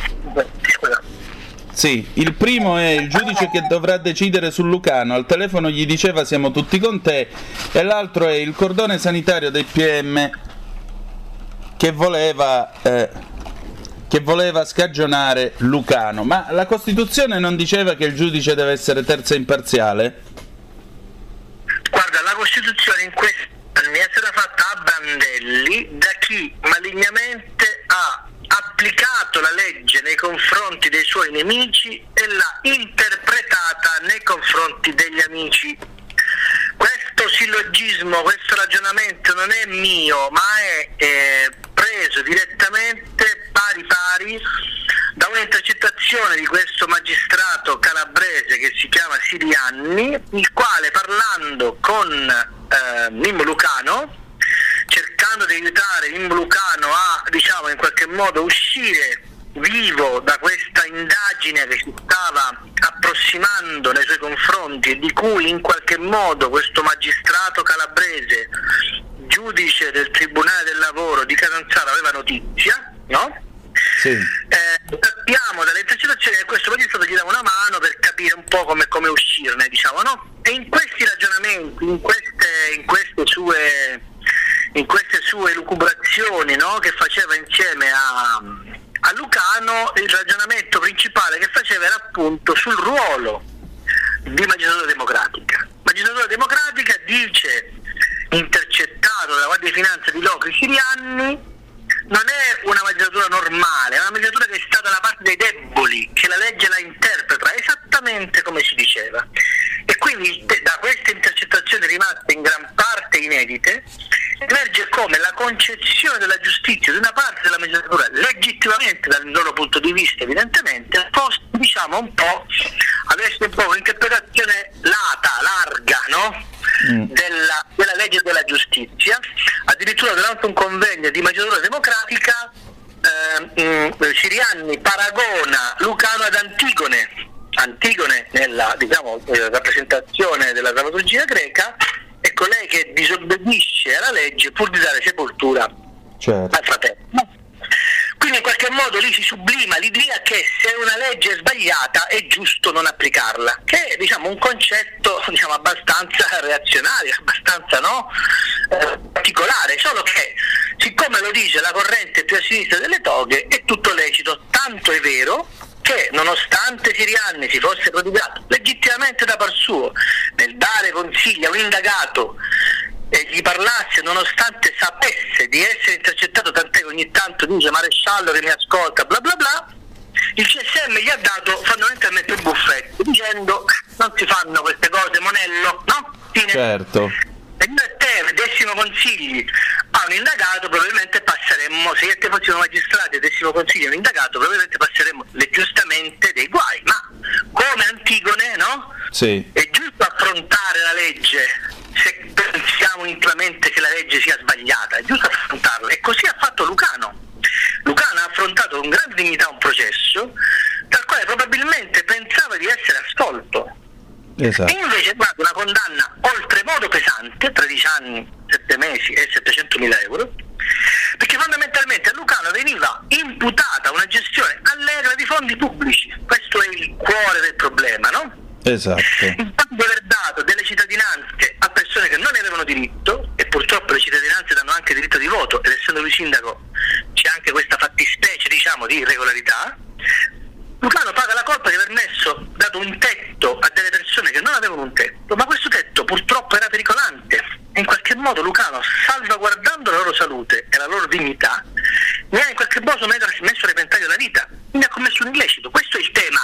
sì, il primo è il giudice che dovrà decidere su Lucano, al telefono gli diceva siamo tutti con te, e l'altro è il cordone sanitario dei P M che voleva eh, che voleva scagionare Lucano. Ma la Costituzione non diceva che il giudice deve essere terzo e imparziale? Guarda, la Costituzione in questi anni è stata fatta a brandelli da chi malignamente ha applicato la legge nei confronti dei suoi nemici e l'ha interpretata nei confronti degli amici. Questo sillogismo, questo ragionamento non è mio, ma è eh, preso direttamente pari pari da un'intercettazione di questo magistrato calabrese che si chiama Sirianni, il quale, parlando con eh, Mimmo Lucano, cercando di aiutare Mimmo Lucano a, diciamo, in qualche modo uscire vivo da questa indagine che si stava approssimando nei suoi confronti e di cui in qualche modo questo magistrato calabrese, giudice del Tribunale del Lavoro di Catanzaro, aveva notizia, no? Sì. Eh, sappiamo dalle intercettazioni che questo magistrato gli dava una mano per capire un po' come, come uscirne, diciamo, no? E in questi ragionamenti, in queste, in queste sue in queste sue lucubrazioni, no, che faceva insieme a, a Lucano, il ragionamento principale che faceva era appunto sul ruolo di Magistratura Democratica. Magistratura Democratica, dice, intercettato dalla Guardia di Finanza di Locri Sirianni, non è una magistratura normale, è una magistratura che è stata dalla parte dei deboli, che la legge la interpreta esattamente come si diceva. E quindi da queste intercettazioni rimaste in gran parte inedite emerge come la concezione della giustizia di una parte della magistratura, legittimamente dal loro punto di vista evidentemente, fosse, diciamo, un po', avesse un po' un'interpretazione lata, larga, no? Mm. Della, della legge della giustizia. Addirittura durante un convegno di Magistratura Democratica eh, mh, Sirianni paragona Lucano ad Antigone Antigone nella, diciamo, eh, rappresentazione della drammaturgia greca, è colei che disobbedisce alla legge pur di dare sepoltura, certo, al fratello. Quindi in qualche modo lì si sublima l'idea che se una legge è sbagliata è giusto non applicarla, che è, diciamo, un concetto, diciamo, abbastanza reazionario, abbastanza, no? eh, particolare, solo che siccome lo dice la corrente più a sinistra delle toghe è tutto lecito, tanto è vero che nonostante Sirianni si fosse prodigato legittimamente da par suo nel dare consigli a un indagato e gli parlasse nonostante sapesse di essere intercettato, tant'è che ogni tanto dice maresciallo che mi ascolta, bla bla bla, il C S M gli ha dato fondamentalmente un buffetto dicendo non si fanno queste cose, Monello, no? Fine. Certo. E noi e te dessimo consigli a un indagato, probabilmente passeremmo, se io e te fossimo magistrati e dessimo consigli a un indagato, probabilmente passeremmo giustamente dei guai, ma come Antigone, no? Sì. È giusto affrontare la legge se pensiamo intimamente che la legge sia sbagliata, è giusto affrontarla, e così ha fatto Lucano. Lucano ha affrontato con grande dignità un processo dal quale probabilmente pensava di essere assolto. Esatto. E invece guarda, una condanna oltremodo pesante, tredici anni, sette mesi e settecentomila euro, perché fondamentalmente a Lucano veniva imputata una gestione allegra di fondi pubblici. Questo è il cuore del problema, no? Esatto. Il fatto di aver dato delle cittadinanze a persone che non ne avevano diritto, e purtroppo le cittadinanze danno anche diritto di voto, ed essendo lui sindaco c'è anche questa fattispecie, diciamo, di irregolarità. Lucano paga la colpa di aver messo, dato un tetto a delle persone che non avevano un tetto, ma questo tetto purtroppo era pericolante e in qualche modo Lucano, salvaguardando la loro salute e la loro dignità, ne ha in qualche modo messo a repentaglio la vita, quindi ha commesso un illecito. Questo è il tema.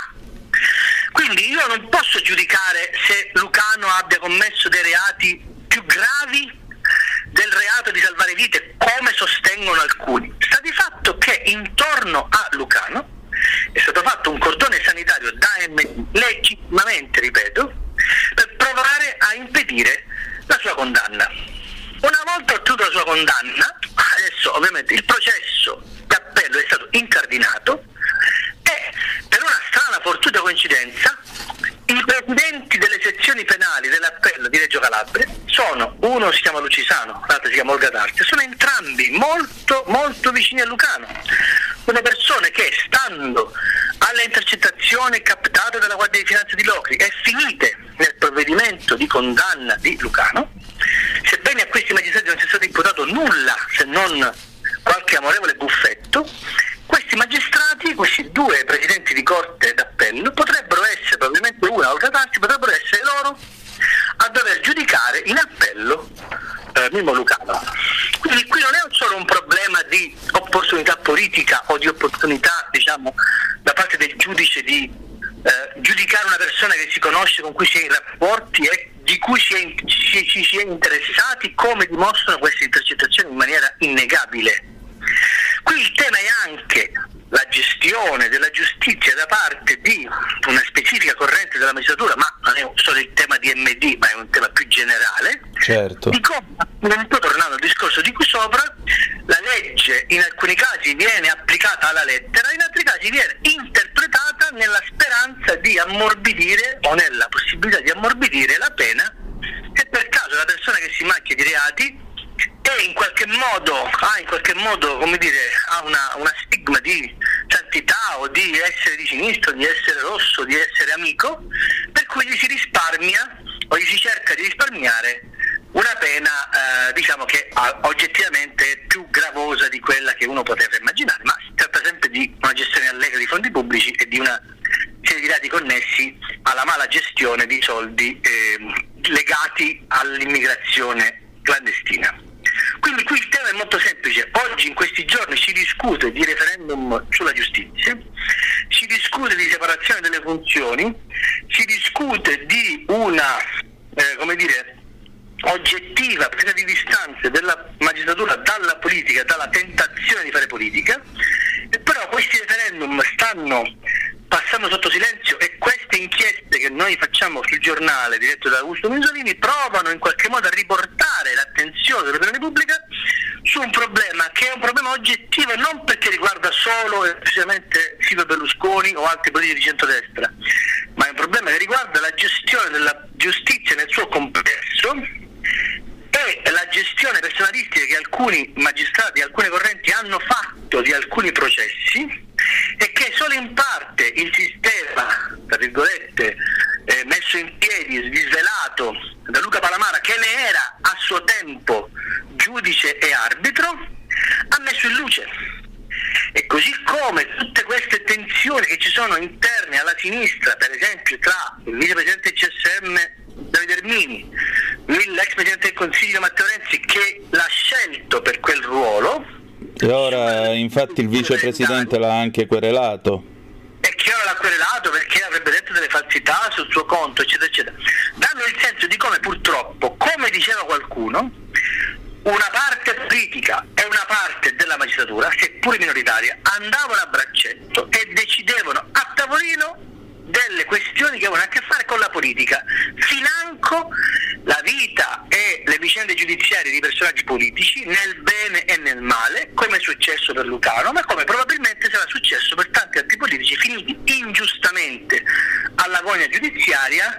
Quindi io non posso giudicare se Lucano abbia commesso dei reati più gravi del reato di salvare vite, come sostengono alcuni. Sta di fatto che intorno a Lucano è stato fatto un cordone sanitario da A M D, legittimamente, ripeto, per provare a impedire la sua condanna. Una volta ottenuta la sua condanna, adesso ovviamente il processo di appello è stato incardinato e, per una strana fortuita coincidenza, i presidenti delle sezioni penali dell'appello di Reggio Calabria sono, uno si chiama Lucisano, l'altro si chiama Olga D'Arte, sono entrambi molto molto vicini a Lucano, sono persone che, stando alle intercettazioni captate dalla Guardia di Finanza di Locri e finite nel provvedimento di condanna di Lucano, sebbene a questi magistrati non sia stato imputato nulla se non qualche amorevole buffetto, questi magistrati, questi due presidenti di corte d'appello, potrebbero essere, probabilmente una Olga D'Arte, potrebbero essere loro a dover giudicare in appello eh, Mimmo Lucano. Quindi qui non è solo un problema di opportunità politica o di opportunità, diciamo, da parte del giudice di eh, giudicare una persona che si conosce, con cui si è in rapporti e di cui si è, ci, ci si è interessati, come dimostrano queste intercettazioni in maniera innegabile. Qui il tema è anche la gestione della giustizia da parte di una specifica corrente della magistratura, ma non è solo il tema di M D, ma è un tema più generale. Certo. Di come, tornando al discorso di qui sopra, la legge in alcuni casi viene applicata alla lettera, in altri casi viene interpretata nella speranza di ammorbidire o nella possibilità di ammorbidire la pena, che per caso la persona che si macchia di reati e in qualche modo ha in qualche modo, come dire, ha una, una stigma di santità o di essere di sinistra, di essere rosso, di essere amico, per cui gli si risparmia o gli si cerca di risparmiare una pena eh, diciamo che oggettivamente è più gravosa di quella che uno potrebbe immaginare, ma si tratta sempre di una gestione allegra di fondi pubblici e di una serie di dati connessi alla mala gestione di soldi eh, legati all'immigrazione clandestina. Quindi qui il tema è molto semplice. Oggi, in questi giorni, si discute di referendum sulla giustizia, si discute di separazione delle funzioni, si discute di una, eh, come dire, oggettiva presa di distanze della magistratura dalla politica, dalla tentazione di fare politica, e però questi referendum stanno passando sotto silenzio e queste inchieste che noi facciamo sul giornale diretto da Augusto Minzolini provano in qualche modo a riportare l'attenzione dell'opinione pubblica su un problema che è un problema oggettivo e non perché riguarda solo e precisamente Silvio Berlusconi o altri politici di centrodestra, ma è un problema che riguarda la gestione della giustizia nel suo complesso e la gestione personalistica che alcuni magistrati, alcune correnti hanno fatto di alcuni processi, e che solo in parte il sistema, tra virgolette, eh, messo in piedi, svelato da Luca Palamara, che ne era a suo tempo giudice e arbitro, ha messo in luce. E così come tutte queste tensioni che ci sono interne alla sinistra, per esempio tra il vicepresidente del C S M Davide Ermini, l'ex presidente del Consiglio Matteo Renzi, che l'ha scelto per quel ruolo, e ora infatti il vicepresidente l'ha anche querelato, e che ora l'ha querelato perché avrebbe detto delle falsità sul suo conto, eccetera eccetera, danno il senso di come purtroppo, come diceva qualcuno, una parte politica e una parte della magistratura, seppur minoritaria, andavano a braccetto e decidevano a tavolino delle questioni che avevano a che fare con la politica, financo la vita e le vicende giudiziarie di personaggi politici nel bene e nel male, come è successo per Lucano, ma come probabilmente sarà successo per tanti altri politici finiti ingiustamente alla gogna giudiziaria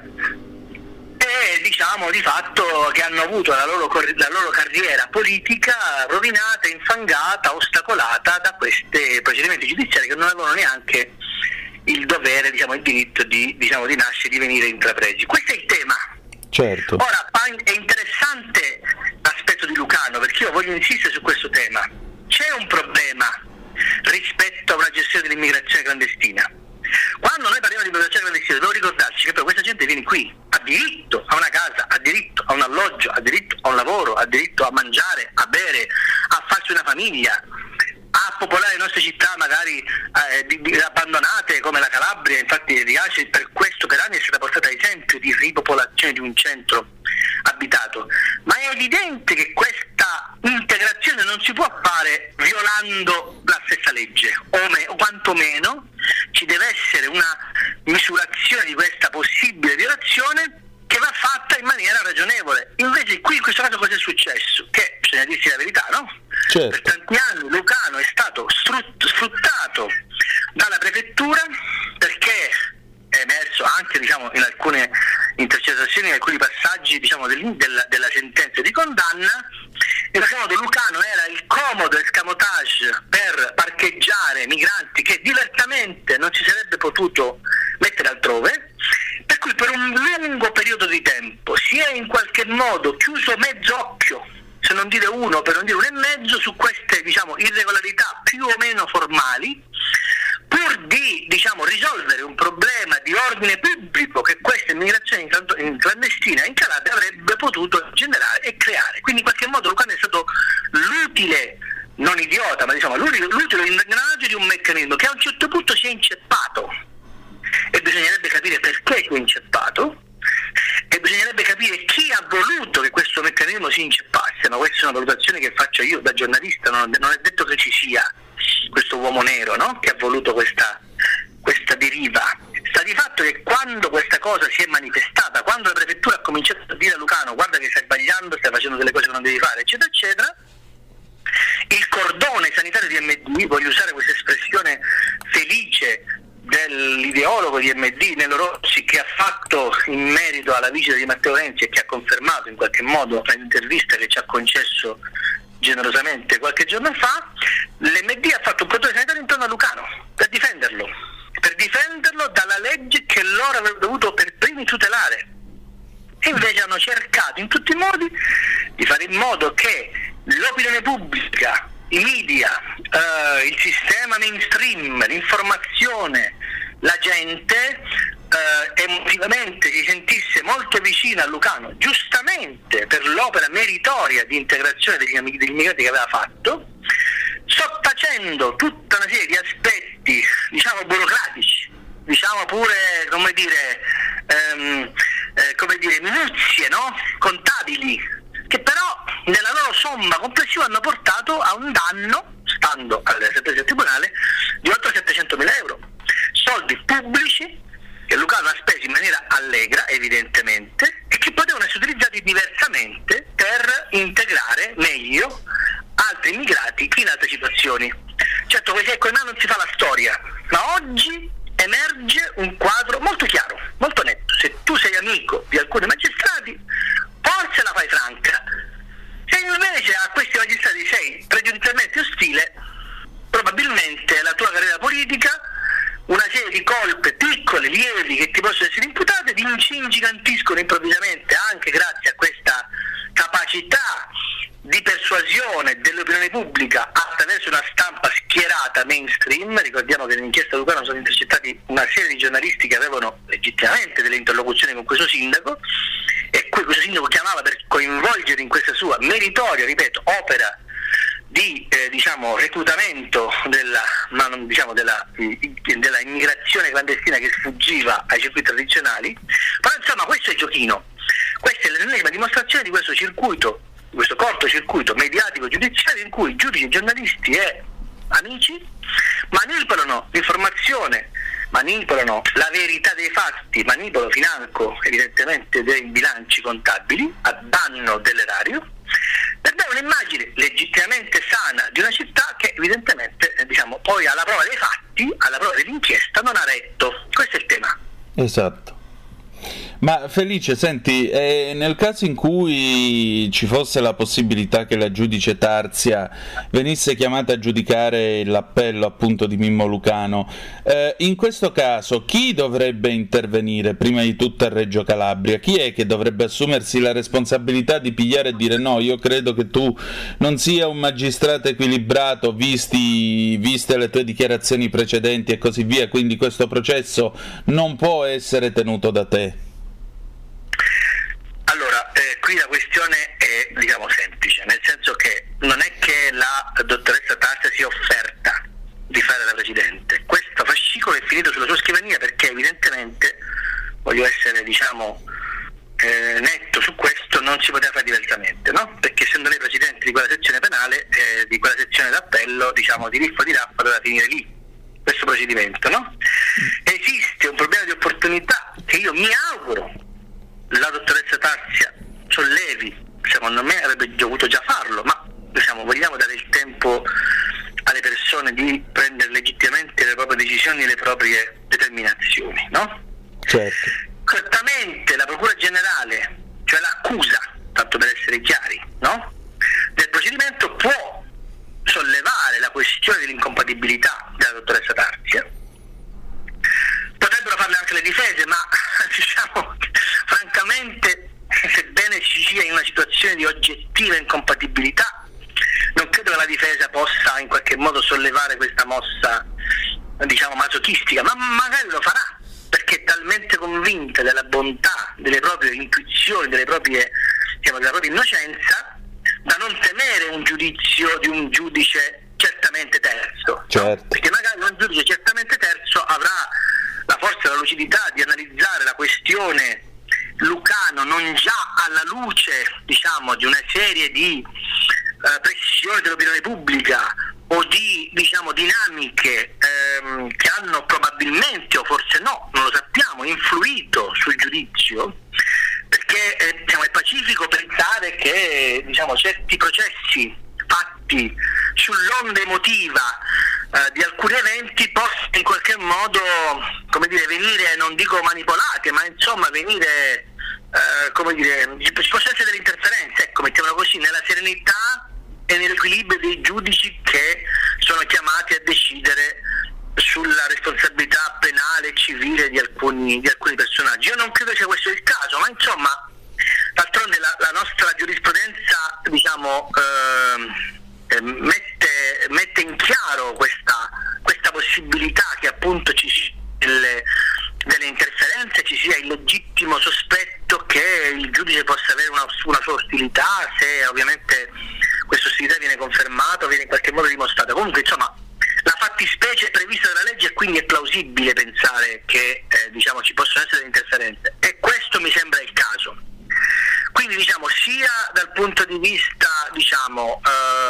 e diciamo di fatto che hanno avuto la loro, la loro carriera politica rovinata, infangata, ostacolata da questi procedimenti giudiziari che non avevano neanche il dovere, diciamo, il diritto di, diciamo, di nascere, di venire intrapresi. Questo è il tema. Certo. Ora, è interessante l'aspetto di Lucano, perché io voglio insistere su questo tema. C'è un problema rispetto a una gestione dell'immigrazione clandestina. Quando noi parliamo di immigrazione clandestina dobbiamo ricordarci che però questa gente viene qui, ha diritto a una casa, ha diritto a un alloggio, ha diritto a un lavoro, ha diritto a mangiare, a bere, a farsi una famiglia, a popolare le nostre città magari eh, di, di, abbandonate come la Calabria. Infatti Riace per questo per anni è stata portata ad esempio di ripopolazione di un centro abitato, ma è evidente che questa integrazione non si può fare violando la stessa legge, o, me, o quantomeno ci deve essere una misurazione di questa possibile violazione che va fatta in maniera ragionevole. Invece qui in questo caso cosa è successo? Che bisogna dirsi la verità, no? Certo. Per tanti anni Lucano è stato sfruttato dalla prefettura perché è emerso anche, diciamo, in alcune intercettazioni di alcuni passaggi, diciamo, del, della, della sentenza di condanna. In qualche modo Lucano era il comodo escamotage per parcheggiare migranti che diversamente non si sarebbe potuto mettere altrove, per cui per un lungo periodo di tempo si è in qualche modo chiuso mezzo occhio, se non dire uno, per non dire uno e mezzo, su queste, diciamo, irregolarità più o meno formali, pur di, diciamo, risolvere un problema di ordine pubblico che questa immigrazione in clandestina in Calabria avrebbe potuto generare e creare. Quindi in qualche modo Lucano è stato l'utile, non idiota, ma diciamo l'utile, l'utile ingranaggio di un meccanismo che a un certo punto si è inceppato, e bisognerebbe capire perché si è inceppato, e bisognerebbe capire chi ha voluto che questo meccanismo si inceppasse. Ma queste sono valutazioni che faccio io da giornalista, non, non è detto che ci sia questo uomo nero, no? Che ha voluto questa, questa deriva. Sta di fatto che quando questa cosa si è manifestata, quando la prefettura ha cominciato a dire a Lucano guarda che stai sbagliando, stai facendo delle cose che non devi fare, eccetera eccetera, il cordone sanitario di M D, voglio usare questa espressione felice dell'ideologo di M D Nello Rossi, che ha fatto in merito alla visita di Matteo Renzi e che ha confermato in qualche modo l'intervista che ci ha concesso generosamente qualche giorno fa, l'M D ha fatto un cordone sanitario intorno a Lucano per difenderlo, per difenderlo dalla legge che loro avrebbero dovuto per primi tutelare, e invece hanno cercato in tutti i modi di fare in modo che l'opinione pubblica, i media, eh, il sistema mainstream, l'informazione, la gente eh, emotivamente si sentisse molto vicina a Lucano, giustamente per l'opera meritoria di integrazione degli, degli immigrati che aveva fatto, sottacendo tutta una serie di aspetti, diciamo, burocratici, diciamo pure, come dire, ehm, eh, come dire, minuzie, no? Contabili, che però nella loro somma complessiva hanno portato a un danno, stando alla sentenza del tribunale, di oltre settecentomila euro. Soldi pubblici che Lucano ha speso in maniera allegra, evidentemente, e che potevano essere utilizzati diversamente per integrare meglio altri immigrati in altre situazioni. Certo, questi ecco, non si fa la storia, ma oggi emerge un quadro molto chiaro, molto netto. Se tu sei amico di alcuni magistrati, forse la fai franca. Se invece a questi magistrati sei pregiudizialmente ostile, probabilmente la tua carriera politica, una serie di colpe piccole, lievi, che ti possono essere imputate, ti ingigantiscono improvvisamente, anche grazie a questa capacità di persuasione dell'opinione pubblica attraverso una stampa schierata mainstream. Ricordiamo che nell'inchiesta Lucano sono intercettati una serie di giornalisti che avevano legittimamente delle interlocuzioni con questo sindaco, e cui questo sindaco chiamava per coinvolgere in questa sua meritoria, ripeto, opera di eh, diciamo reclutamento della, ma non, diciamo, della, della immigrazione clandestina che sfuggiva ai circuiti tradizionali. Però insomma questo è il giochino, questa è l'ennesima dimostrazione di questo circuito, di questo cortocircuito mediatico giudiziario in cui giudici, giornalisti e amici manipolano l'informazione, manipolano la verità dei fatti, manipolano financo evidentemente dei bilanci contabili a danno dell'erario, per dare un'immagine legittimamente sana di una città che evidentemente, eh, diciamo, poi alla prova dei fatti, alla prova dell'inchiesta non ha retto. Questo è il tema. Esatto. Ma Felice, senti, eh, nel caso in cui ci fosse la possibilità che la giudice Tarzia venisse chiamata a giudicare l'appello appunto di Mimmo Lucano, eh, in questo caso chi dovrebbe intervenire prima di tutto a Reggio Calabria? Chi è che dovrebbe assumersi la responsabilità di pigliare e dire no, io credo che tu non sia un magistrato equilibrato visti, viste le tue dichiarazioni precedenti e così via, quindi questo processo non può essere tenuto da te? Allora, eh, qui la questione è, diciamo, semplice, nel senso che non è che la dottoressa Tarzia sia offerta di fare la presidente. Questo fascicolo è finito sulla sua scrivania perché evidentemente, voglio essere, diciamo, eh, netto su questo, non si poteva fare diversamente, no? Perché essendo lei presidente di quella sezione penale, eh, di quella sezione d'appello, diciamo, di riffo di rappa doveva finire lì questo procedimento, no? Esiste un problema di opportunità che io mi auguro la dottoressa Tarzia sollevi, secondo me avrebbe dovuto già farlo, ma diciamo, vogliamo dare il tempo alle persone di prendere legittimamente le proprie decisioni e le proprie determinazioni, no? Certo. Certamente la procura generale, cioè l'accusa, tanto per essere chiari, no? del procedimento, può sollevare la questione dell'incompatibilità della dottoressa Tarzia. Potrebbero farle anche le difese, ma diciamo francamente, sebbene ci sia in una situazione di oggettiva incompatibilità, non credo che la difesa possa in qualche modo sollevare questa mossa, diciamo, masochistica, ma magari lo farà, perché è talmente convinta della bontà delle proprie intuizioni, delle proprie, diciamo, della propria innocenza, da non temere un giudizio di un giudice certamente terzo, certo. no? Perché magari un giudice certamente terzo avrà la forza e la lucidità di analizzare la questione Lucano non già alla luce, diciamo, di una serie di eh, pressioni dell'opinione pubblica o di, diciamo, dinamiche ehm, che hanno probabilmente, o forse no, non lo sappiamo, influito sul giudizio, perché eh, diciamo, è pacifico pensare che, diciamo, certi processi fatti sull'onda emotiva eh, di alcuni eventi possano in qualche modo, come dire, venire, non dico manipolati, ma insomma venire, eh, come dire, ci possono essere delle interferenze, ecco, mettiamola così, nella serenità e nell'equilibrio dei giudici che sono chiamati a decidere sulla responsabilità penale e civile di alcuni, di alcuni personaggi. Io non credo sia questo il caso, ma insomma, d'altronde la, la nostra giurisprudenza, diciamo, eh, mette, mette in chiaro questa, questa possibilità che appunto ci sia delle, delle interferenze, ci sia il legittimo sospetto che il giudice possa avere una, una sua ostilità, se ovviamente questa ostilità viene confermata o viene in qualche modo dimostrata. Comunque, insomma, la fattispecie è prevista dalla legge e quindi è plausibile pensare che eh, diciamo, ci possono essere delle interferenze, e questo mi sembra il caso. Quindi, diciamo, sia dal punto di vista, diciamo,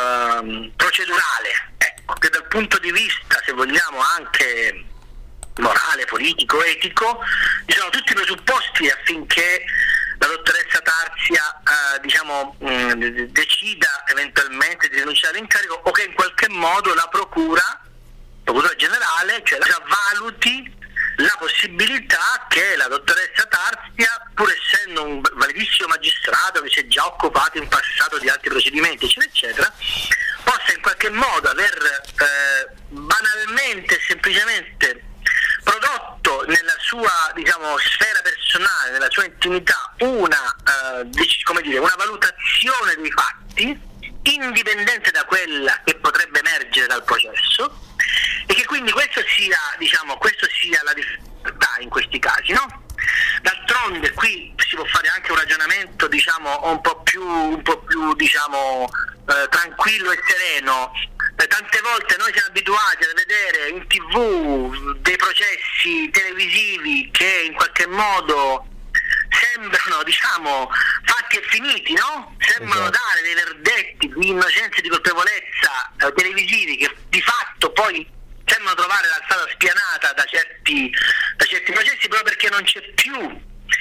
ehm, procedurale, ecco, che dal punto di vista, se vogliamo, anche morale, politico, etico, ci sono tutti i presupposti affinché la dottoressa Tarzia eh, diciamo, mh, decida eventualmente di rinunciare all'incarico, o che in qualche modo la procura, procura generale, cioè la valuti la possibilità che la dottoressa Tarzia, pur essendo un validissimo magistrato che si è già occupato in passato di altri procedimenti, eccetera, eccetera, possa in qualche modo aver eh, banalmente e semplicemente prodotto nella sua, diciamo, sfera personale, nella sua intimità, una, eh, dec- come dire, una valutazione dei fatti indipendente da quella che potrebbe emergere dal processo, e che quindi questo sia, diciamo, questo sia la difficoltà in questi casi, no? D'altronde qui si può fare anche un ragionamento, diciamo, un po' più, un po' più diciamo, eh, tranquillo e sereno. Eh, tante volte noi siamo abituati a vedere in tivù dei processi televisivi che in qualche modo sembrano, diciamo, fatti e finiti, no? Sembrano esatto. dare dei verdetti di innocenza e di colpevolezza eh, televisivi che di fatto poi sembrano trovare la strada spianata da certi, da certi processi, proprio perché non c'è più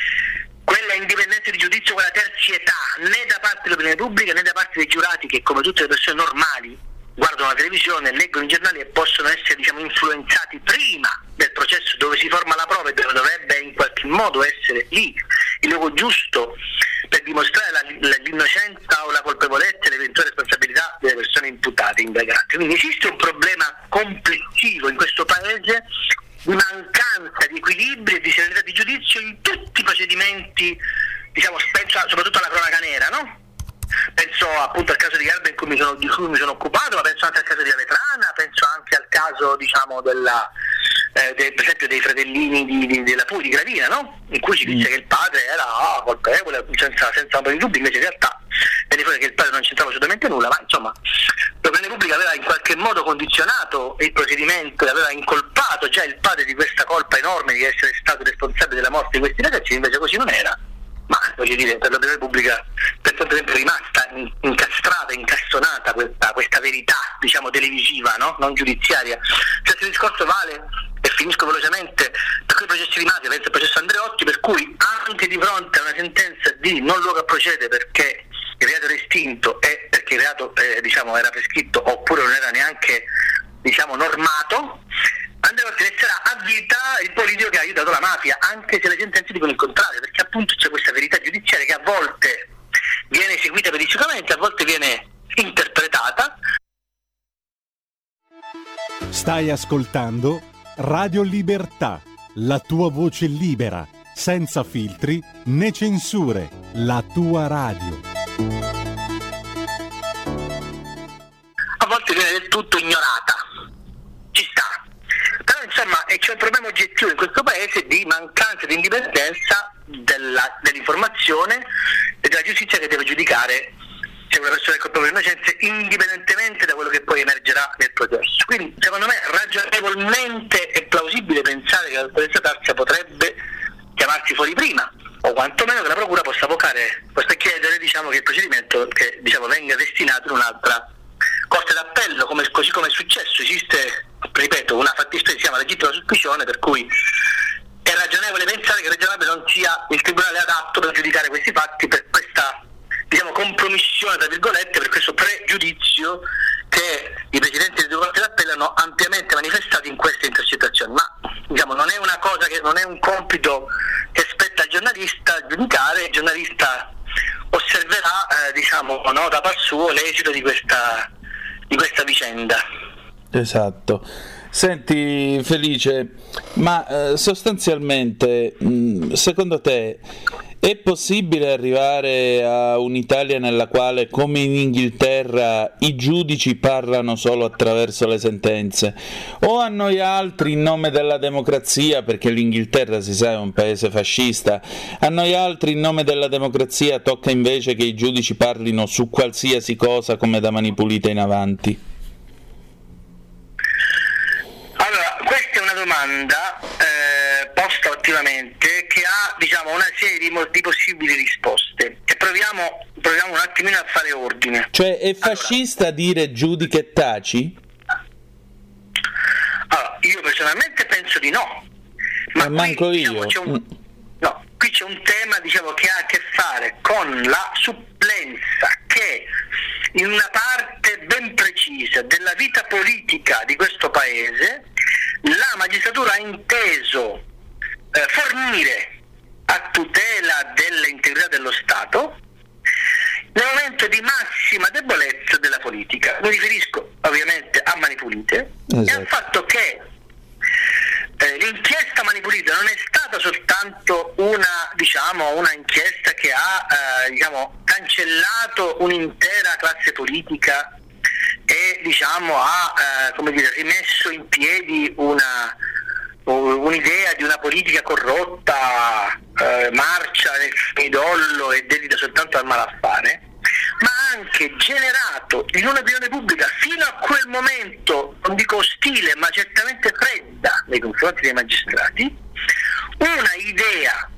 quella indipendenza di giudizio, quella terzietà, né da parte dell'opinione pubblica né da parte dei giurati, che come tutte le persone normali guardano la televisione, leggono i giornali e possono essere, diciamo, influenzati prima del processo dove si forma la prova e dove dovrebbe in qualche modo essere lì il luogo giusto per dimostrare la, la, l'innocenza o la colpevolezza e l'eventuale responsabilità delle persone imputate, indagate. Quindi esiste un problema complessivo in questo paese di mancanza di equilibrio e di serenità di giudizio in tutti i procedimenti, diciamo, penso soprattutto alla cronaca nera, no? Penso appunto al caso di Garba in cui mi sono, di cui mi sono occupato, ma penso anche al caso di Avetrana, penso anche al caso, diciamo, della, eh, de, per esempio dei fratellini di, di, della Puglia, di Gravina, no? In cui si dice mm. che il padre era oh, colpevole senza, senza un po' di dubbi, invece in realtà venne fuori che il padre non c'entrava assolutamente nulla, ma insomma l'opinione pubblica aveva in qualche modo condizionato il procedimento e aveva incolpato già il padre di questa colpa enorme di essere stato responsabile della morte di questi ragazzi, invece così non era. Ma voglio dire, per l'opinione pubblica per tanto tempo è rimasta incastrata, incastonata questa, questa verità, diciamo, televisiva, no? Non giudiziaria. Questo discorso vale, e finisco velocemente, per quei processi di mafia, penso al processo Andreotti, per cui anche di fronte a una sentenza di non luogo a procedere perché il reato era estinto e perché il reato eh, diciamo, era prescritto oppure non era neanche, diciamo, normato, Andrea Orsi resterà a vita il politico che ha aiutato la mafia, anche se le sentenze dicono il contrario, perché appunto c'è questa verità giudiziaria che a volte viene eseguita periodicamente, a volte viene interpretata. Stai ascoltando Radio Libertà, la tua voce libera, senza filtri né censure, la tua radio. A volte viene del tutto ignorata, ci sta, però insomma c'è un problema oggettivo in questo paese di mancanza di indipendenza della, dell'informazione e della giustizia che deve giudicare se una persona è colpevole o innocente indipendentemente da quello che poi emergerà nel processo. Quindi secondo me ragionevolmente è plausibile pensare che la dottoressa Tarzia potrebbe chiamarsi fuori prima, o quantomeno che la procura possa avvocare, possa chiedere diciamo, che il procedimento che, diciamo, venga destinato in un'altra corte d'appello, come, così come è successo. Esiste, ripeto, una fattispecie che si chiama legittima suspicione, per cui è ragionevole pensare che Reggio Calabria non sia il tribunale adatto per giudicare questi fatti, per questa diciamo compromissione tra virgolette, per questo pregiudizio che i presidenti delle due corti d'appello hanno ampiamente manifestato in queste intercettazioni. Ma diciamo non è una cosa che non è un compito che spetta al giornalista giudicare, il giornalista osserverà eh, diciamo no, da par suo l'esito di questa di questa vicenda. Esatto. Senti Felice, ma eh, sostanzialmente mh, secondo te è possibile arrivare a un'Italia nella quale, come in Inghilterra, i giudici parlano solo attraverso le sentenze? O a noi altri, in nome della democrazia, perché l'Inghilterra, si sa, è un paese fascista, a noi altri, in nome della democrazia, tocca invece che i giudici parlino su qualsiasi cosa come da Mani Pulite in avanti? Allora, questa è una domanda eh, posta ottimamente che ha diciamo una serie di, di possibili risposte e proviamo, proviamo un attimino a fare ordine. Cioè è fascista allora, dire giudica e taci? Allora, io personalmente penso di no. Ma, ma manco qui, io. Diciamo, c'è un, no, qui c'è un tema diciamo che ha a che fare con la supplenza che in una parte ben precisa della vita politica di questo paese la magistratura ha inteso eh, fornire a tutela dell'integrità dello Stato nel momento di massima debolezza della politica. Mi riferisco ovviamente a Mani Pulite, esatto, e al fatto che eh, l'inchiesta Mani Pulite non è stata soltanto una diciamo una inchiesta che ha eh, diciamo cancellato un'intera classe politica e diciamo ha eh, come dire rimesso in piedi una un'idea di una politica corrotta, eh, marcia nel midollo e dedita soltanto al malaffare, ma ha anche generato in un'opinione pubblica fino a quel momento, non dico ostile, ma certamente fredda nei confronti dei magistrati, una idea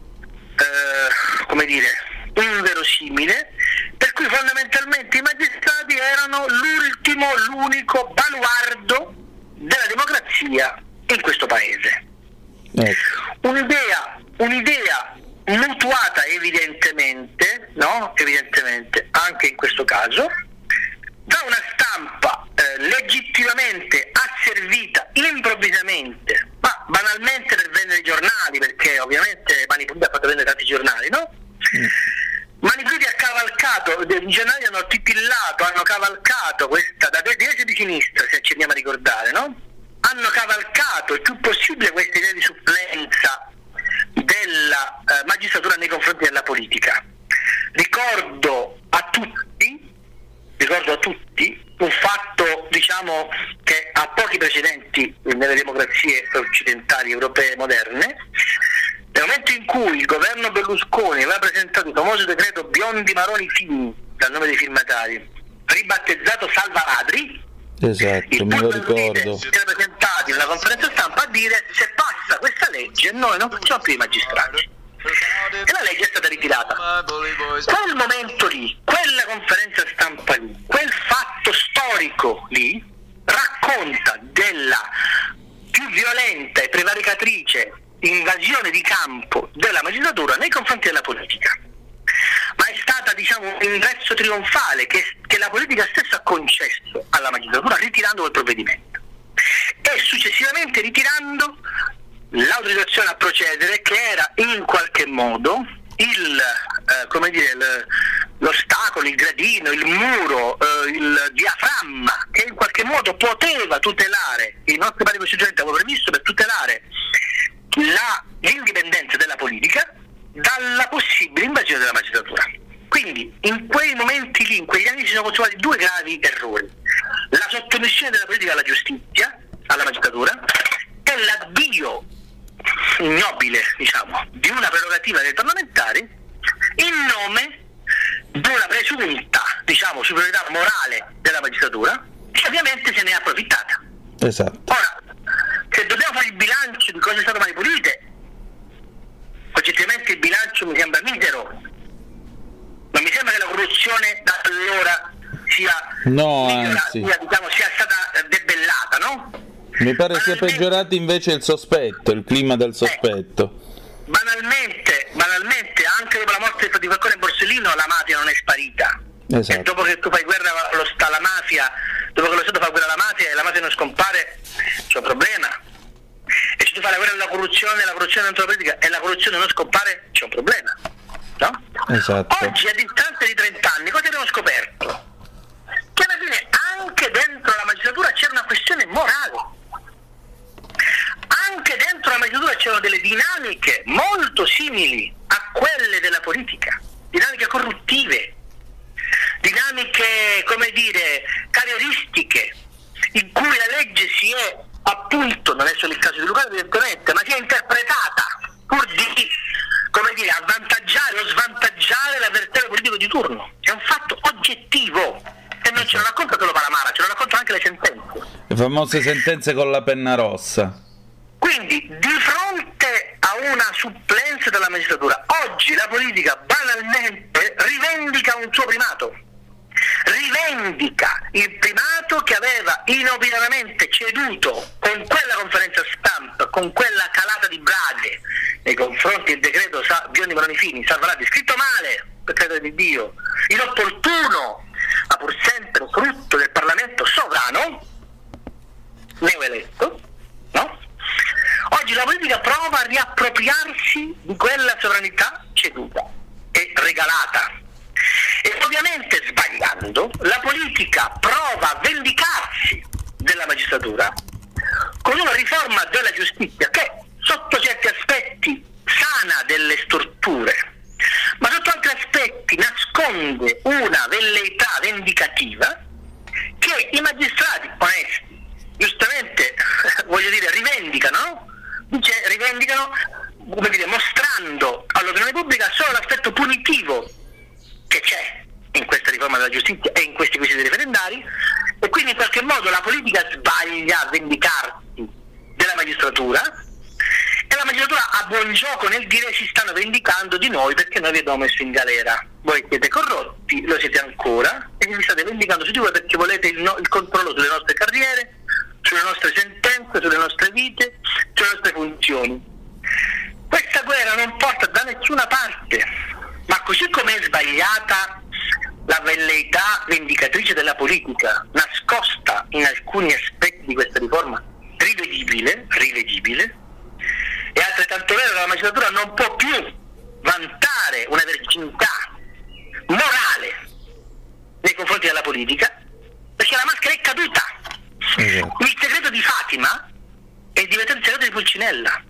eh, come dire inverosimile, per cui fondamentalmente i magistrati erano l'ultimo, l'unico baluardo della democrazia in questo paese. Ecco. Un'idea, un'idea mutuata evidentemente, no? Evidentemente, anche in questo caso, da una stampa eh, legittimamente asservita improvvisamente, ma banalmente per vendere i giornali, perché ovviamente Mani Pulite ha fatto vendere tanti giornali, no? Mm. Mani Pulite ha cavalcato, i giornali hanno titillato, hanno cavalcato questa, da destra e di sinistra, se ci andiamo a ricordare, no? Hanno cavalcato il più possibile questa idea di supplenza della eh, magistratura nei confronti della politica. Ricordo a tutti, ricordo a tutti un fatto diciamo che ha pochi precedenti nelle democrazie occidentali europee moderne. Nel momento in cui il governo Berlusconi aveva presentato il famoso decreto Biondi Maroni Fini, dal nome dei firmatari, ribattezzato Salva Ladri, esatto, me lo ricordo, si era presentati in una conferenza stampa a dire: se passa questa legge noi non facciamo più i magistrati, e la legge è stata ritirata. Quel momento lì, quella conferenza stampa lì, quel fatto storico lì racconta della più violenta e prevaricatrice invasione di campo della magistratura nei confronti della politica, ma è stata diciamo un ingresso trionfale che, che la politica stessa ha concesso alla magistratura ritirando quel provvedimento. e successivamente ritirando l'autorizzazione a procedere, che era in qualche modo il, eh, come dire, il, l'ostacolo, il gradino, il muro, eh, il diaframma che in qualche modo poteva tutelare, i nostri padri costituenti avevano previsto per tutelare la, l'indipendenza della politica dalla possibile invasione della magistratura. Quindi in quei momenti lì, in quegli anni, si sono consumati due gravi errori: la sottomissione della politica alla giustizia, alla magistratura, e l'addio ignobile, diciamo, di una prerogativa dei parlamentari in nome di una presunta, diciamo, superiorità morale della magistratura, che ovviamente se ne è approfittata. Esatto. Ora, se dobbiamo fare il bilancio di cose sono state mai pulite, oggettivamente il bilancio mi sembra misero. Non mi sembra che la corruzione da allora sia, no, migliora, anzi. sia, diciamo, sia stata debellata, no? Mi pare sia peggiorato invece il sospetto, il clima del sospetto. Eh, banalmente, banalmente, anche dopo la morte di Falcone e Borsellino la mafia non è sparita. Esatto. E dopo che tu fai guerra allo, alla mafia, dopo che lo Stato fa guerra alla mafia e la mafia non scompare, c'è un problema. E se tu fai la guerra alla corruzione, la corruzione dentro la politica e la corruzione non scompare, c'è un problema. No? Esatto. Oggi, a distanza di trenta anni, cosa abbiamo scoperto? Che alla fine anche dentro la magistratura c'era una questione morale. Anche dentro la magistratura c'erano delle dinamiche molto simili a quelle della politica, dinamiche corruttive, dinamiche, come dire, carrieristiche, in cui la legge si è, appunto, non è solo il caso di Lucano evidentemente, ma si è interpretata pur di, come dire, avvantaggiare o svantaggiare l'avversario politico di turno. È un fatto oggettivo e non ce lo racconta solo Palamara, ce lo raccontano anche le sentenze. Le famose sentenze con la penna rossa. Quindi, di fronte a una supplenza della magistratura, oggi la politica banalmente rivendica un suo primato. Rivendica il primato che aveva inopinatamente ceduto con quella conferenza stampa, con quella calata di braghe nei confronti del decreto Sa- Biondi Moroni Fini, Salvarati, scritto male, per carità di Dio, inopportuno, ma pur sempre frutto del Parlamento sovrano, neoeletto, no? Oggi la politica prova a riappropriarsi di quella sovranità ceduta e regalata. E ovviamente sbagliando, la politica prova a vendicarsi della magistratura con una riforma della giustizia che sotto certi aspetti sana delle storture, ma sotto altri aspetti nasconde una velleità vendicativa che i magistrati onesti, giustamente, voglio dire, rivendicano, no? Dice, rivendicano, come dire, mostrando all'opinione pubblica solo l'aspetto punitivo che c'è in questa riforma della giustizia e in questi quesiti referendari, e quindi in qualche modo la politica sbaglia a vendicarsi della magistratura e la magistratura ha buon gioco nel dire si stanno vendicando di noi perché noi vi abbiamo messo in galera. Voi siete corrotti, lo siete ancora, e vi state vendicando su di voi perché volete il, no- il controllo sulle nostre carriere, sulle nostre sentenze, sulle nostre vite, sulle nostre funzioni. Questa guerra non porta da nessuna parte, ma così come è sbagliata la velleità vendicatrice della politica, nascosta in alcuni aspetti di questa riforma, rivedibile, rivedibile, è altrettanto vero che la magistratura non può più vantare una verginità morale nei confronti della politica, perché la maschera è caduta. Esatto. Il segreto di Fatima è diventato il segreto di Pulcinella.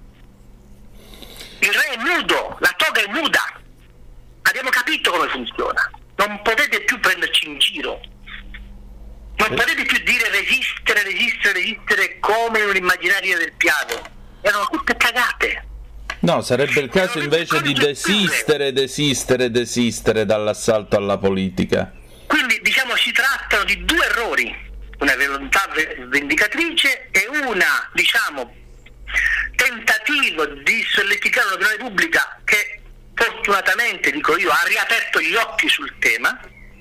Il re è nudo, la toga è nuda. Abbiamo capito come funziona. Non potete più prenderci in giro. Non potete più dire resistere, resistere, resistere come un'immaginaria del piano. Erano tutte cagate. No, sarebbe il caso invece di desistere, desistere, desistere dall'assalto alla politica. Quindi, diciamo, si trattano di due errori. Una volontà vendicatrice e una, diciamo, tentativo di sollecitare l'opinione pubblica che fortunatamente, dico io, ha riaperto gli occhi sul tema.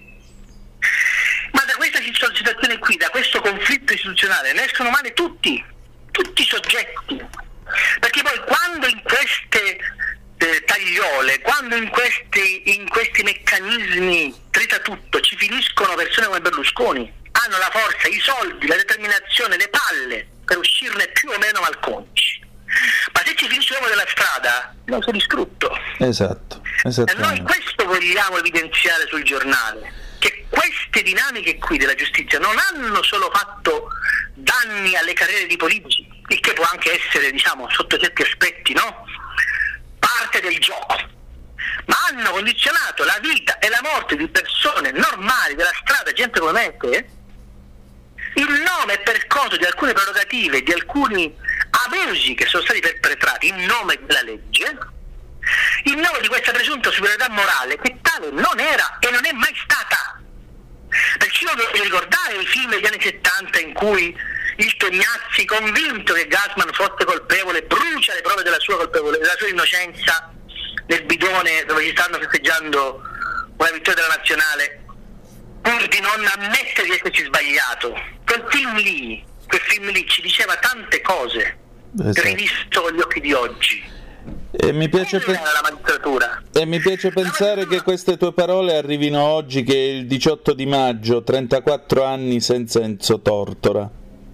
Ma da questa situazione qui, da questo conflitto istituzionale, ne escono male tutti, tutti i soggetti. Perché poi quando in queste eh, tagliole, quando in questi, in questi meccanismi trita tutto, ci finiscono persone come Berlusconi, hanno la forza, i soldi, la determinazione, le palle, per uscirne più o meno malconci. Ma se ci finisce l'uomo della strada, non sei distrutto. Esatto, e noi questo vogliamo evidenziare sul giornale, che queste dinamiche qui della giustizia non hanno solo fatto danni alle carriere di politici, il che può anche essere, diciamo, sotto certi aspetti, no? Parte del gioco, ma hanno condizionato la vita e la morte di persone normali della strada, gente come me e te, in nome e per conto di alcune prerogative, di alcuni abusi che sono stati perpetrati in nome della legge, in nome di questa presunta superiorità morale che tale non era e non è mai stata. Perché io devo ricordare i film degli anni settanta in cui il Tognazzi, convinto che Gassman fosse colpevole, brucia le prove della sua colpevolezza, della sua innocenza nel bidone dove ci stanno festeggiando una vittoria della nazionale, pur di non ammettere di esserci sbagliato. Quel film lì, quel film lì ci diceva tante cose, esatto, rivisto con gli occhi di oggi. E mi piace, pe- la magistratura. e mi piace pensare che queste tue parole arrivino oggi, che è il diciotto di maggio, trentaquattro anni senza Enzo Tortora.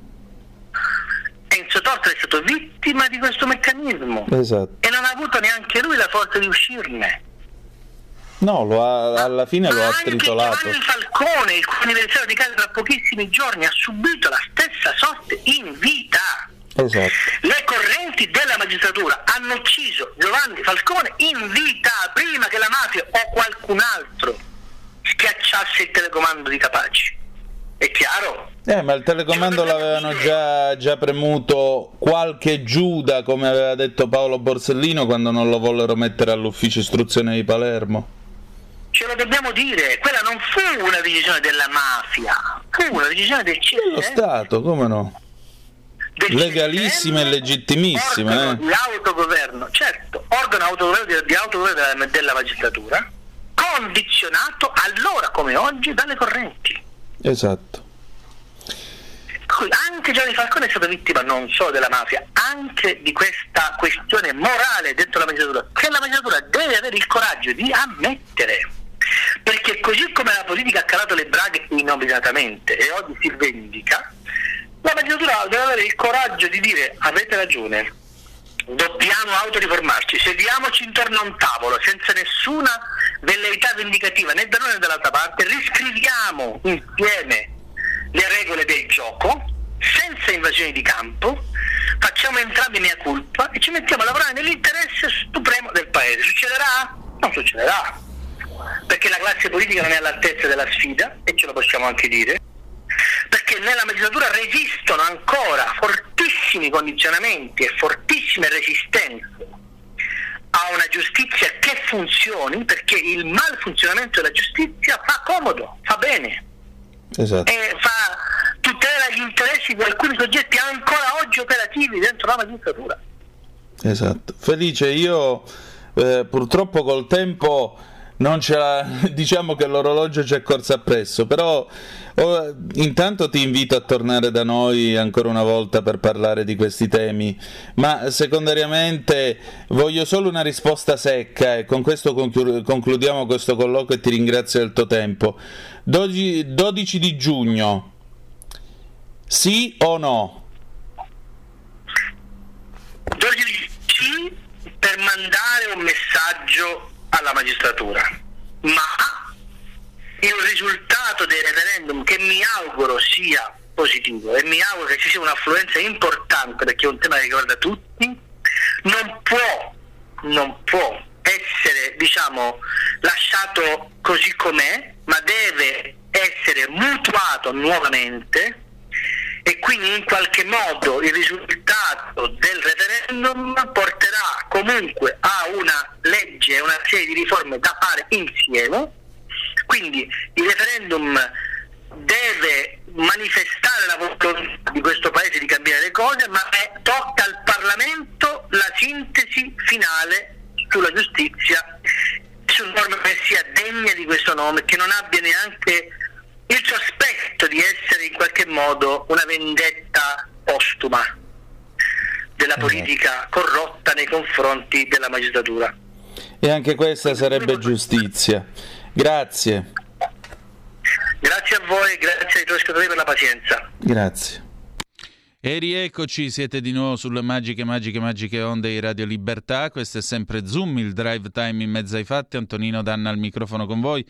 Enzo Tortora è stato vittima di questo meccanismo, esatto, e non ha avuto neanche lui la forza di uscirne. No, lo ha, alla fine lo ha stritolato. Giovanni Falcone, il cui anniversario di casa tra pochissimi giorni, ha subito la stessa sorte in vita. Esatto. Le correnti della magistratura hanno ucciso Giovanni Falcone in vita prima che la mafia o qualcun altro schiacciasse il telecomando di Capaci. È chiaro? Eh, ma il telecomando l'avevano già, già premuto qualche Giuda, come aveva detto Paolo Borsellino quando non lo vollero mettere all'ufficio istruzione di Palermo. Ce lo dobbiamo dire, quella non fu una decisione della mafia, fu una decisione del C S M. Lo Stato, come no? Legalissima e legittimissima. Organo eh. di autogoverno, certo, organo autogoverno di, di autogoverno della, della magistratura, condizionato allora come oggi dalle correnti. Esatto. Anche Giovanni Falcone è stato vittima non solo della mafia, anche di questa questione morale dentro la magistratura, che la magistratura deve avere il coraggio di ammettere, perché così come la politica ha calato le braghe inopinatamente e oggi si vendica, la magistratura deve avere il coraggio di dire: avete ragione, dobbiamo autoriformarci, sediamoci intorno a un tavolo senza nessuna velleità vendicativa né da noi né dall'altra parte, riscriviamo insieme le regole del gioco senza invasioni di campo, facciamo entrambi mea culpa e ci mettiamo a lavorare nell'interesse supremo del paese. Succederà? Non succederà, perché la classe politica non è all'altezza della sfida, e ce lo possiamo anche dire, perché nella magistratura resistono ancora fortissimi condizionamenti e fortissime resistenze a una giustizia che funzioni, perché il malfunzionamento della giustizia fa comodo, fa bene. Esatto. E fa tutela gli interessi di alcuni soggetti ancora oggi operativi dentro la magistratura. Esatto. Felice, io eh, purtroppo col tempo non ce la, diciamo che l'orologio ci è corso appresso, però oh, intanto ti invito a tornare da noi ancora una volta per parlare di questi temi, ma secondariamente voglio solo una risposta secca, e con questo conclu- concludiamo questo colloquio e ti ringrazio del tuo tempo. dodici di giugno, sì o no? dodici sì, per mandare un messaggio alla magistratura, ma il risultato dei referendum, che mi auguro sia positivo e mi auguro che ci sia un'affluenza importante, perché è un tema che riguarda tutti, non può non può essere, diciamo, lasciato così com'è, ma deve essere mutuato nuovamente, e quindi in qualche modo il risultato del referendum porterà comunque a una legge e una serie di riforme da fare insieme. Quindi il referendum deve manifestare la volontà di questo paese di cambiare le cose, ma è, tocca al Parlamento la sintesi finale sulla giustizia, su una norma che sia degna di questo nome, che non abbia neanche il sospetto di essere in qualche modo una vendetta postuma della politica corrotta nei confronti della magistratura. E anche questa sarebbe giustizia. Grazie. Grazie a voi, grazie ai tuoi ascoltatori per la pazienza. Grazie. E rieccoci, siete di nuovo sulle magiche, magiche, magiche onde di Radio Libertà. Questo è sempre Zoom, il drive time in mezzo ai fatti. Antonino Danna al microfono con voi.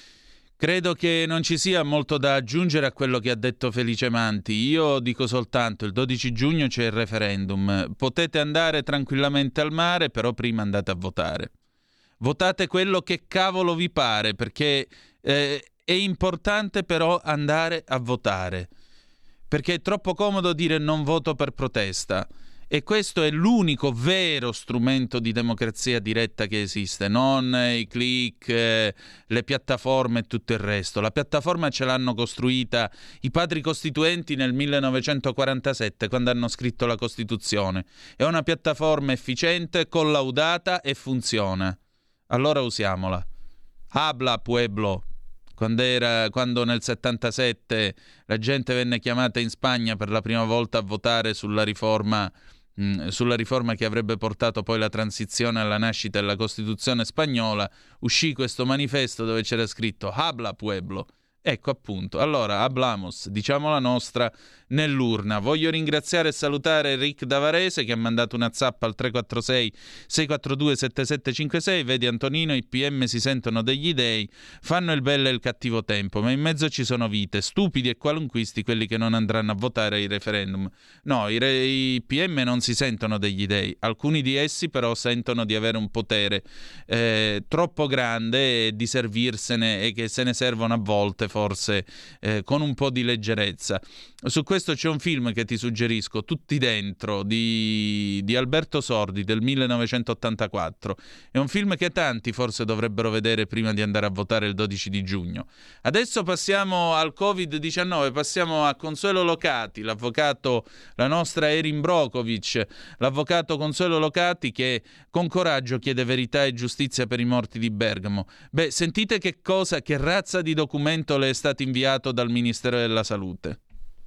Credo che non ci sia molto da aggiungere a quello che ha detto Felice Manti. Io dico soltanto, il dodici giugno c'è il referendum. Potete andare tranquillamente al mare, però prima andate a votare. Votate quello che cavolo vi pare, perché eh, è importante però andare a votare. Perché è troppo comodo dire non voto per protesta, e questo è l'unico vero strumento di democrazia diretta che esiste, non i click, eh, le piattaforme e tutto il resto. La piattaforma ce l'hanno costruita i padri costituenti nel millenovecentoquarantasette, quando hanno scritto la Costituzione. È una piattaforma efficiente, collaudata e funziona. Allora usiamola. Habla pueblo. Quando, era, quando nel settantasette la gente venne chiamata in Spagna per la prima volta a votare sulla riforma, mh, sulla riforma che avrebbe portato poi la transizione alla nascita della Costituzione spagnola, uscì questo manifesto dove c'era scritto Habla pueblo. Ecco appunto, allora hablamos, diciamo la nostra nell'urna. Voglio ringraziare e salutare Rick Davarese che ha mandato una zappa al tre quattro sei sei quattro due sette sette cinque sei. Vedi Antonino, i P M si sentono degli dei, fanno il bello e il cattivo tempo, ma in mezzo ci sono vite, stupidi e qualunquisti quelli che non andranno a votare ai referendum. No, i, re- i P M non si sentono degli dei, alcuni di essi però sentono di avere un potere eh, troppo grande e di servirsene, e che se ne servono a volte forse eh, con un po' di leggerezza. Su questo c'è un film che ti suggerisco, Tutti dentro, di, di Alberto Sordi del millenovecentottantaquattro. È un film che tanti forse dovrebbero vedere prima di andare a votare il dodici di giugno. Adesso passiamo al covid diciannove, passiamo a Consuelo Locati, l'avvocato, la nostra Erin Brockovich, l'avvocato Consuelo Locati che con coraggio chiede verità e giustizia per i morti di Bergamo. Beh, sentite che cosa, che razza di documento le è stato inviato dal Ministero della Salute.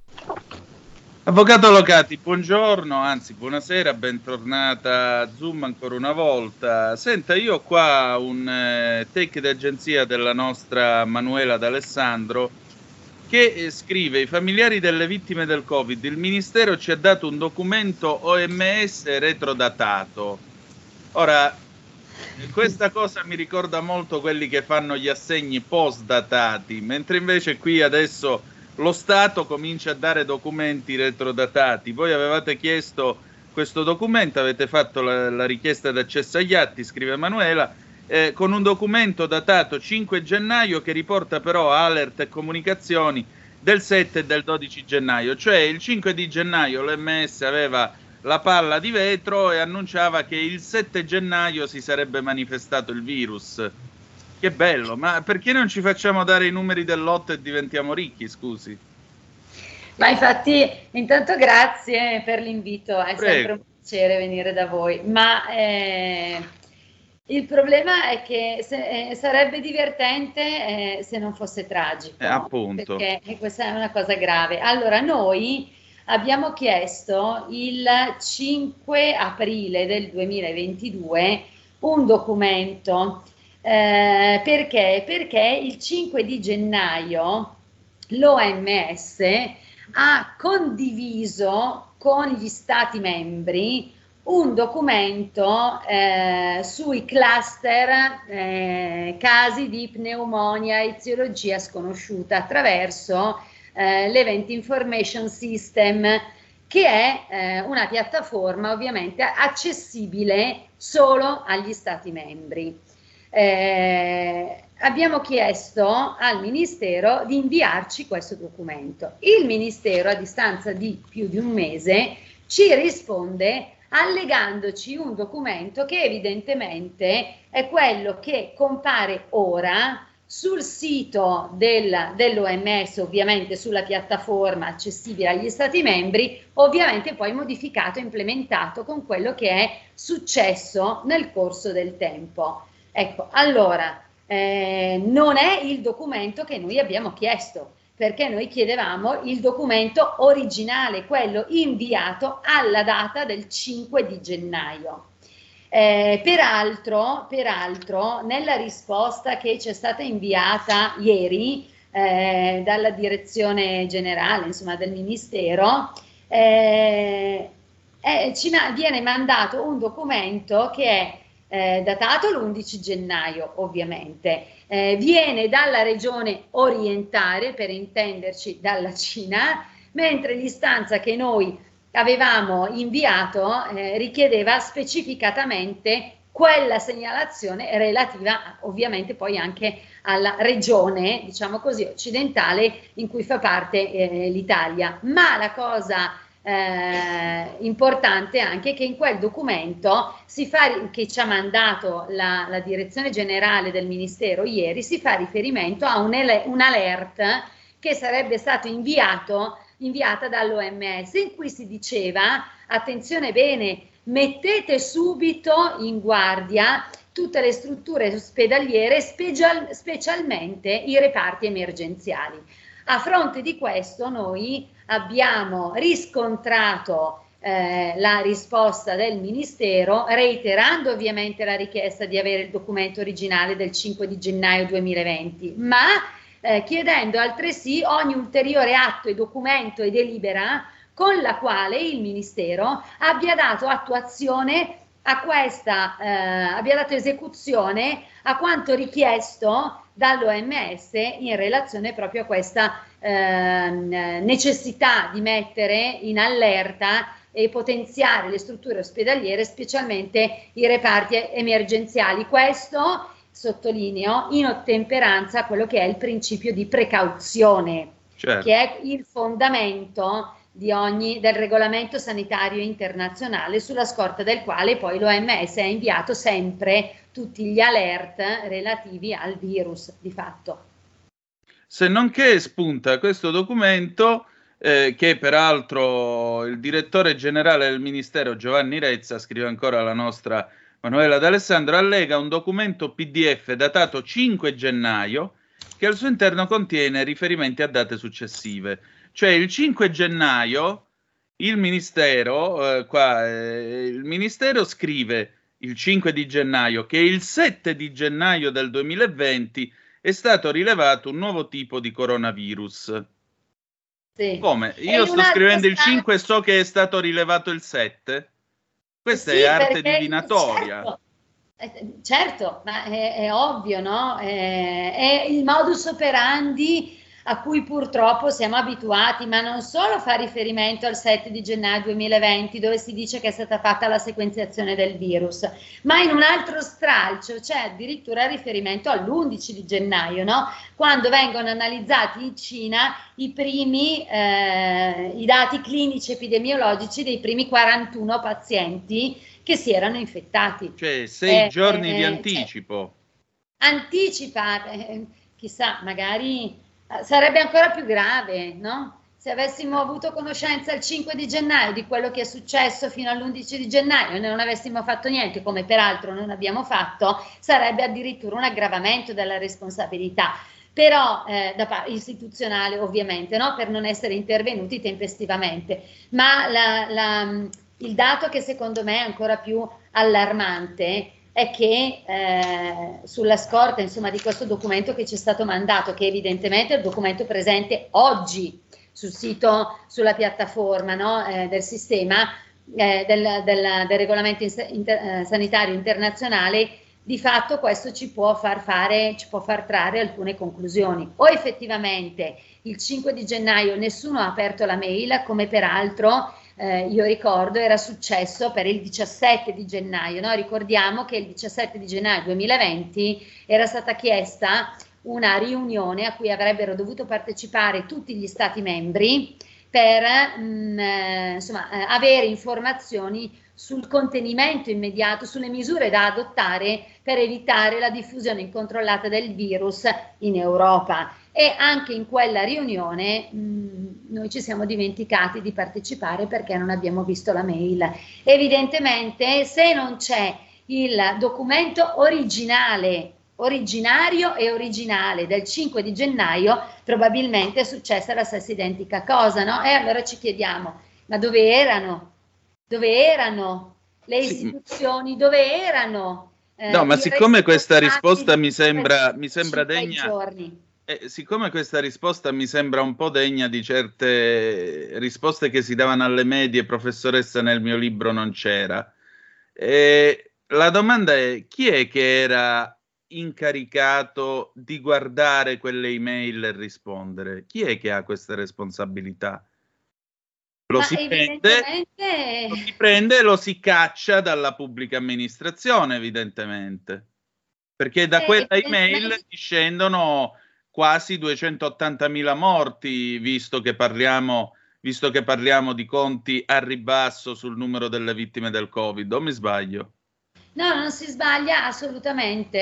Avvocato Locati, buongiorno, anzi buonasera, bentornata a Zoom ancora una volta. Senta, io ho qua un eh, take d'agenzia della nostra Manuela D'Alessandro che eh, scrive: i familiari delle vittime del Covid, il Ministero ci ha dato un documento O M S retrodatato. Ora, questa cosa mi ricorda molto quelli che fanno gli assegni post-datati, mentre invece qui adesso lo Stato comincia a dare documenti retrodatati. Voi avevate chiesto questo documento, avete fatto la, la richiesta d'accesso agli atti, scrive Manuela, eh, con un documento datato cinque gennaio che riporta però alert e comunicazioni del sette e del dodici gennaio. Cioè il cinque di gennaio l'O M S aveva la palla di vetro e annunciava che il sette gennaio si sarebbe manifestato il virus. Che bello, ma perché non ci facciamo dare i numeri del lotto e diventiamo ricchi, scusi? Ma infatti, intanto grazie per l'invito, è Prego. sempre un piacere venire da voi, ma eh, il problema è che se, eh, sarebbe divertente eh, se non fosse tragico, eh, appunto. Perché questa è una cosa grave. Allora, noi abbiamo chiesto il cinque aprile del duemilaventidue un documento. Eh, perché? Perché il cinque di gennaio l'O M S ha condiviso con gli Stati membri un documento eh, sui cluster eh, casi di pneumonia e eziologia sconosciuta attraverso eh, l'Event Information System, che è eh, una piattaforma ovviamente accessibile solo agli Stati membri. Eh, abbiamo chiesto al Ministero di inviarci questo documento. Il Ministero, a distanza di più di un mese, ci risponde allegandoci un documento che evidentemente è quello che compare ora sul sito del, dell'O M S, ovviamente sulla piattaforma accessibile agli Stati membri, ovviamente poi modificato e implementato con quello che è successo nel corso del tempo. Ecco, allora, eh, non è il documento che noi abbiamo chiesto, perché noi chiedevamo il documento originale, quello inviato alla data del cinque di gennaio. Eh, peraltro, peraltro, nella risposta che ci è stata inviata ieri eh, dalla direzione generale, insomma, del Ministero, eh, eh, ci ma- viene mandato un documento che è eh, datato l'undici gennaio, ovviamente, eh, viene dalla regione orientale, per intenderci dalla Cina, mentre l'istanza che noi avevamo inviato eh, richiedeva specificatamente quella segnalazione relativa ovviamente poi anche alla regione, diciamo così, occidentale in cui fa parte eh, l'Italia. Ma la cosa eh, importante è anche che in quel documento si fa, che ci ha mandato la, la direzione generale del Ministero ieri, si fa riferimento a un, ele- un alert che sarebbe stato inviato inviata dall'O M S, in cui si diceva, attenzione bene, mettete subito in guardia tutte le strutture ospedaliere, special, specialmente i reparti emergenziali. A fronte di questo noi abbiamo riscontrato eh, la risposta del Ministero, reiterando ovviamente la richiesta di avere il documento originale del cinque di gennaio duemilaventi, ma Eh, chiedendo altresì ogni ulteriore atto e documento e delibera con la quale il Ministero abbia dato attuazione a questa, eh, abbia dato esecuzione a quanto richiesto dall'O M S in relazione proprio a questa eh, necessità di mettere in allerta e potenziare le strutture ospedaliere, specialmente i reparti emergenziali. Questo, sottolineo, in ottemperanza a quello che è il principio di precauzione, certo, che è il fondamento di ogni, del regolamento sanitario internazionale, sulla scorta del quale poi l'O M S ha inviato sempre tutti gli alert relativi al virus di fatto. Se non che spunta questo documento, eh, che peraltro il direttore generale del Ministero Giovanni Rezza, scrive ancora la nostra Manuela D'Alessandro, allega un documento P D F datato cinque gennaio che al suo interno contiene riferimenti a date successive. Cioè il cinque gennaio il Ministero, eh, qua, eh, il Ministero scrive il cinque di gennaio che il sette di gennaio del duemilaventi è stato rilevato un nuovo tipo di coronavirus. Sì. Come? Io sto scrivendo il cinque e so che è stato rilevato il sette? Questa sì, è arte divinatoria. Certo, eh, certo, ma è, è ovvio, no? È, è il modus operandi a cui purtroppo siamo abituati, ma non solo fa riferimento al sette di gennaio duemilaventi, dove si dice che è stata fatta la sequenziazione del virus, ma in un altro stralcio c'è addirittura riferimento all'undici di gennaio, no? Quando vengono analizzati in Cina i primi, eh, i dati clinici epidemiologici dei primi quarantuno pazienti che si erano infettati. Cioè sei eh, giorni eh, di Cioè, anticipo. anticipa, eh, chissà, magari sarebbe ancora più grave, no? Se avessimo avuto conoscenza il cinque di gennaio di quello che è successo fino all'undici di gennaio e non avessimo fatto niente, come peraltro non abbiamo fatto, sarebbe addirittura un aggravamento della responsabilità, però eh, da parte istituzionale ovviamente, no? Per non essere intervenuti tempestivamente. Ma la, la, il dato che secondo me è ancora più allarmante è che eh, sulla scorta, insomma, di questo documento che ci è stato mandato, che evidentemente è il documento presente oggi sul sito, sulla piattaforma, no, eh, del sistema eh, del, del, del regolamento inter, eh, sanitario internazionale, di fatto questo ci può far fare, ci può far trarre alcune conclusioni. O effettivamente il cinque di gennaio nessuno ha aperto la mail, come peraltro Eh, io ricordo era successo per il diciassette di gennaio, no? Ricordiamo che il diciassette di gennaio duemilaventi era stata chiesta una riunione a cui avrebbero dovuto partecipare tutti gli stati membri per mh, eh, insomma, eh, avere informazioni sul contenimento immediato, sulle misure da adottare per evitare la diffusione incontrollata del virus in Europa. E anche in quella riunione mh, noi ci siamo dimenticati di partecipare perché non abbiamo visto la mail. Evidentemente, se non c'è il documento originale, originario e originale del cinque di gennaio, probabilmente è successa la stessa identica cosa, no? E allora ci chiediamo, ma dove erano? Dove erano le istituzioni? Sì. Dove erano? Eh, no, ma siccome questa risposta mi sembra, mi sembra degna... Giorni. Eh, siccome questa risposta mi sembra un po' degna di certe risposte che si davano alle medie, professoressa, nel mio libro non c'era. Eh, la domanda è: chi è che era incaricato di guardare quelle email e rispondere? Chi è che ha queste responsabilità? Lo si, evidentemente... prende, lo si prende e lo si caccia dalla pubblica amministrazione, evidentemente. Perché da eh, quella evidentemente... email discendono quasi duecentottantamila morti, visto che parliamo, visto che parliamo di conti a ribasso sul numero delle vittime del Covid, o mi sbaglio? No, non si sbaglia assolutamente.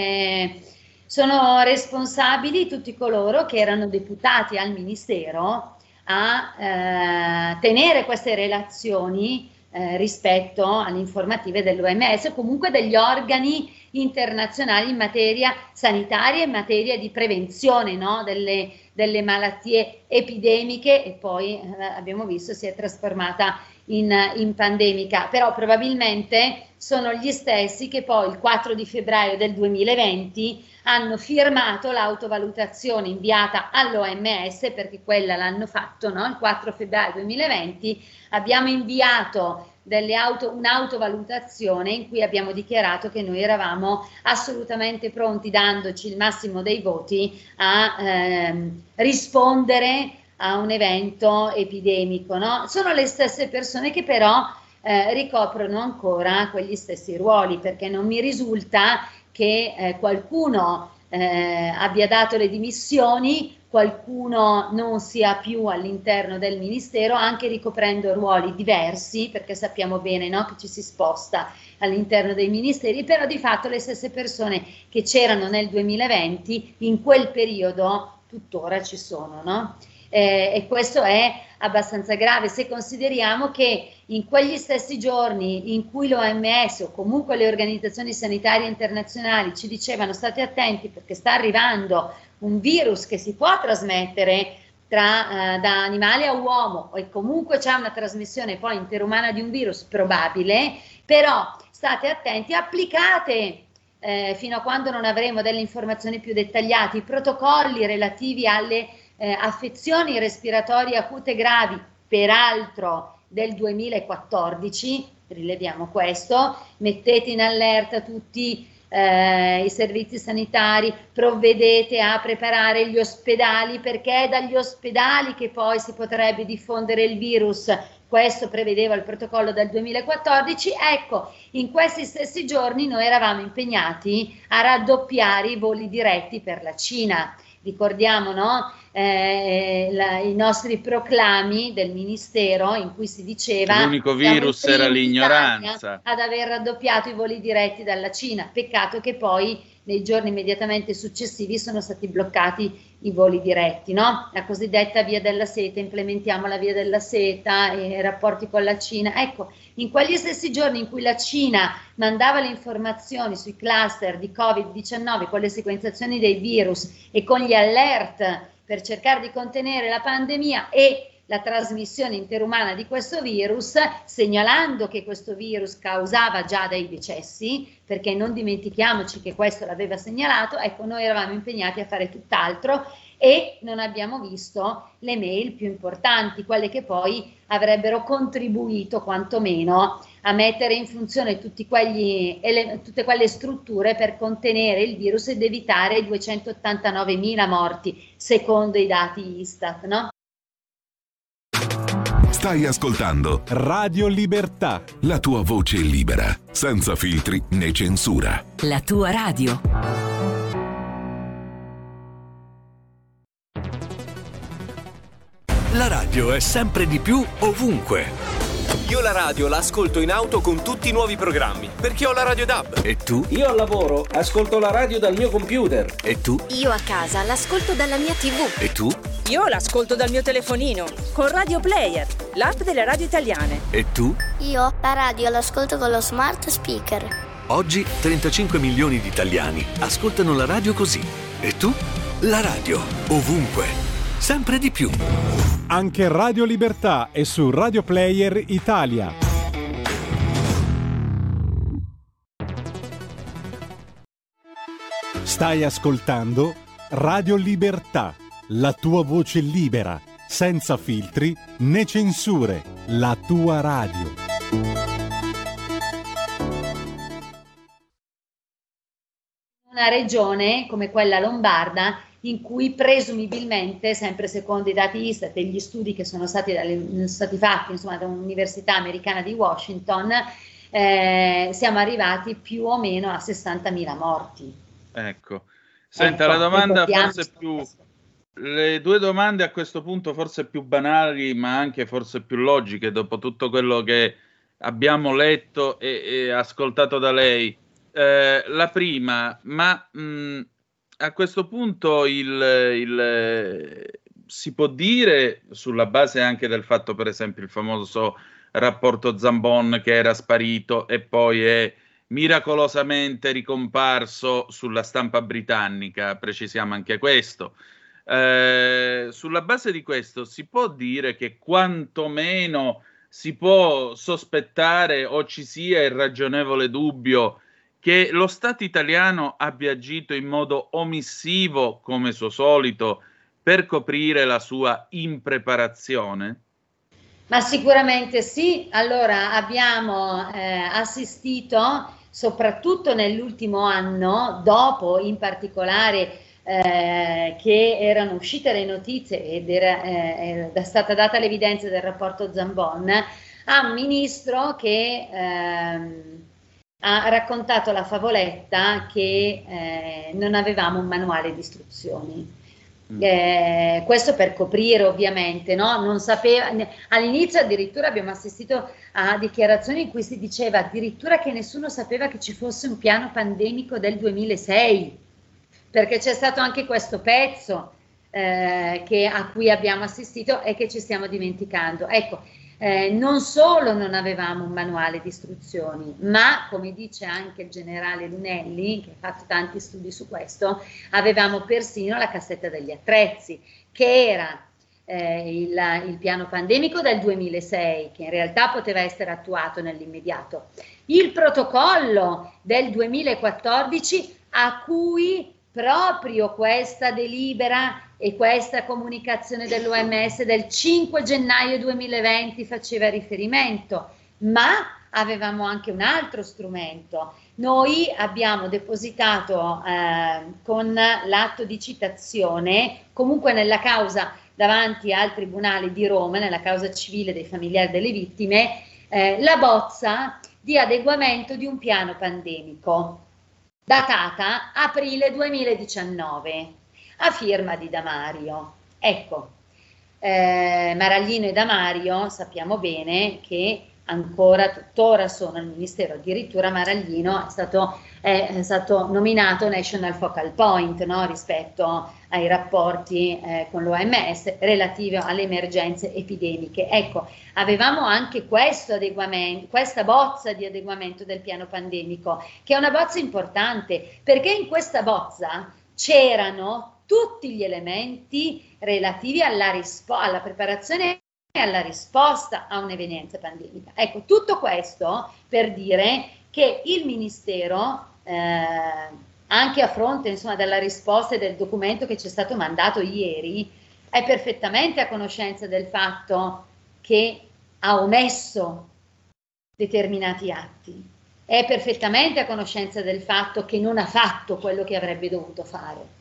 Eh, sono responsabili tutti coloro che erano deputati al Ministero a eh, tenere queste relazioni eh, rispetto alle informative dell'O M S o comunque degli organi internazionali in materia sanitaria, in materia di prevenzione, no? delle, delle malattie epidemiche, e poi eh, abbiamo visto si è trasformata in, in pandemica. Però probabilmente sono gli stessi che poi il quattro di febbraio del duemilaventi hanno firmato l'autovalutazione inviata all'O M S, perché quella l'hanno fatto, no? Il quattro febbraio duemilaventi abbiamo inviato delle auto, un'autovalutazione in cui abbiamo dichiarato che noi eravamo assolutamente pronti, dandoci il massimo dei voti, a ehm, rispondere a un evento epidemico, no? Sono le stesse persone che però eh, ricoprono ancora quegli stessi ruoli, perché non mi risulta che eh, qualcuno eh, abbia dato le dimissioni, qualcuno non sia più all'interno del Ministero, anche ricoprendo ruoli diversi, perché sappiamo bene, no, che ci si sposta all'interno dei ministeri, però di fatto le stesse persone che c'erano nel duemilaventi in quel periodo tuttora ci sono, no? Eh, e questo è abbastanza grave se consideriamo che in quegli stessi giorni in cui l'O M S o comunque le organizzazioni sanitarie internazionali ci dicevano state attenti perché sta arrivando un virus che si può trasmettere tra, eh, da animale a uomo, e comunque c'è una trasmissione poi interumana di un virus probabile, però state attenti, applicate eh, fino a quando non avremo delle informazioni più dettagliate i protocolli relativi alle Eh, affezioni respiratorie acute gravi, peraltro del duemilaquattordici, rileviamo questo, mettete in allerta tutti eh, i servizi sanitari, provvedete a preparare gli ospedali, perché è dagli ospedali che poi si potrebbe diffondere il virus. Questo prevedeva il protocollo del duemilaquattordici. Ecco, in questi stessi giorni noi eravamo impegnati a raddoppiare i voli diretti per la Cina. Ricordiamo, no? Eh, la, i nostri proclami del Ministero in cui si diceva l'unico virus era l'ignoranza, ad aver raddoppiato i voli diretti dalla Cina. Peccato che poi nei giorni immediatamente successivi sono stati bloccati i voli diretti, no? La cosiddetta via della seta, implementiamo la via della seta e i rapporti con la Cina. Ecco, in quegli stessi giorni in cui la Cina mandava le informazioni sui cluster di covid diciannove con le sequenzazioni dei virus e con gli alert per cercare di contenere la pandemia e la trasmissione interumana di questo virus, segnalando che questo virus causava già dei decessi, perché non dimentichiamoci che questo l'aveva segnalato, ecco, noi eravamo impegnati a fare tutt'altro e non abbiamo visto le mail più importanti, quelle che poi avrebbero contribuito quantomeno a mettere in funzione tutti quegli, ele, tutte quelle strutture per contenere il virus ed evitare i duecentottantanovemila morti, secondo i dati Istat, no? Stai ascoltando Radio Libertà, la tua voce libera, senza filtri né censura. La tua radio. La radio è sempre di più ovunque. Io la radio la ascolto in auto con tutti i nuovi programmi, perché ho la Radio D A B. E tu? Io al lavoro ascolto la radio dal mio computer. E tu? Io a casa l'ascolto dalla mia tivù. E tu? Io l'ascolto dal mio telefonino, con Radio Player, l'app delle radio italiane. E tu? Io la radio l'ascolto con lo smart speaker. Oggi trentacinque milioni di italiani ascoltano la radio così. E tu? La radio, ovunque, sempre di più. Anche Radio Libertà è su Radio Player Italia. Stai ascoltando Radio Libertà, la tua voce libera, senza filtri né censure, la tua radio. Una regione come quella lombarda in cui presumibilmente, sempre secondo i dati Istat e gli studi che sono stati, dalle, stati fatti insomma, da un'università americana di Washington, eh, siamo arrivati più o meno a sessantamila morti. Ecco, senta, ecco, la domanda forse questo. più... Le due domande a questo punto forse più banali, ma anche forse più logiche, dopo tutto quello che abbiamo letto e, e ascoltato da lei. Eh, la prima, ma mh, a questo punto il, il, si può dire, sulla base anche del fatto, per esempio, il famoso rapporto Zambon che era sparito e poi è miracolosamente ricomparso sulla stampa britannica, precisiamo anche questo. Eh, sulla base di questo si può dire che quantomeno si può sospettare o ci sia il ragionevole dubbio che lo Stato italiano abbia agito in modo omissivo, come suo solito, per coprire la sua impreparazione? Ma sicuramente sì. Allora abbiamo eh, assistito soprattutto nell'ultimo anno, dopo in particolare eh, che erano uscite le notizie ed era, eh, era stata data l'evidenza del rapporto Zambon, a un ministro che ehm, ha raccontato la favoletta che eh, non avevamo un manuale di istruzioni. Eh, questo per coprire ovviamente, no? Non sapeva, all'inizio addirittura abbiamo assistito a dichiarazioni in cui si diceva addirittura che nessuno sapeva che ci fosse un piano pandemico del duemilasei, perché c'è stato anche questo pezzo eh, che, a cui abbiamo assistito e che ci stiamo dimenticando. Ecco, eh, non solo non avevamo un manuale di istruzioni, ma come dice anche il generale Lunelli, che ha fatto tanti studi su questo, avevamo persino la cassetta degli attrezzi, che era eh, il, il piano pandemico del duemilasei, che in realtà poteva essere attuato nell'immediato, il protocollo del duemilaquattordici a cui proprio questa delibera e questa comunicazione dell'O M S del cinque gennaio duemilaventi faceva riferimento, ma avevamo anche un altro strumento. Noi abbiamo depositato eh, con l'atto di citazione, comunque nella causa davanti al Tribunale di Roma, nella causa civile dei familiari delle vittime, eh, la bozza di adeguamento di un piano pandemico, datata aprile duemiladiciannove, a firma di Damario. Ecco, eh, Maraglino e Damario sappiamo bene che ancora tuttora sono al Ministero, addirittura Maraglino è stato, è, è stato nominato National Focal Point, no, rispetto ai rapporti eh, con l'O M S relativi alle emergenze epidemiche. Ecco, avevamo anche questo adeguamento, questa bozza di adeguamento del piano pandemico, che è una bozza importante, perché in questa bozza c'erano tutti gli elementi relativi alla, rispo- alla preparazione e alla risposta a un'evenienza pandemica. Ecco, tutto questo per dire che il Ministero, eh, anche a fronte insomma, della risposta e del documento che ci è stato mandato ieri, è perfettamente a conoscenza del fatto che ha omesso determinati atti, è perfettamente a conoscenza del fatto che non ha fatto quello che avrebbe dovuto fare.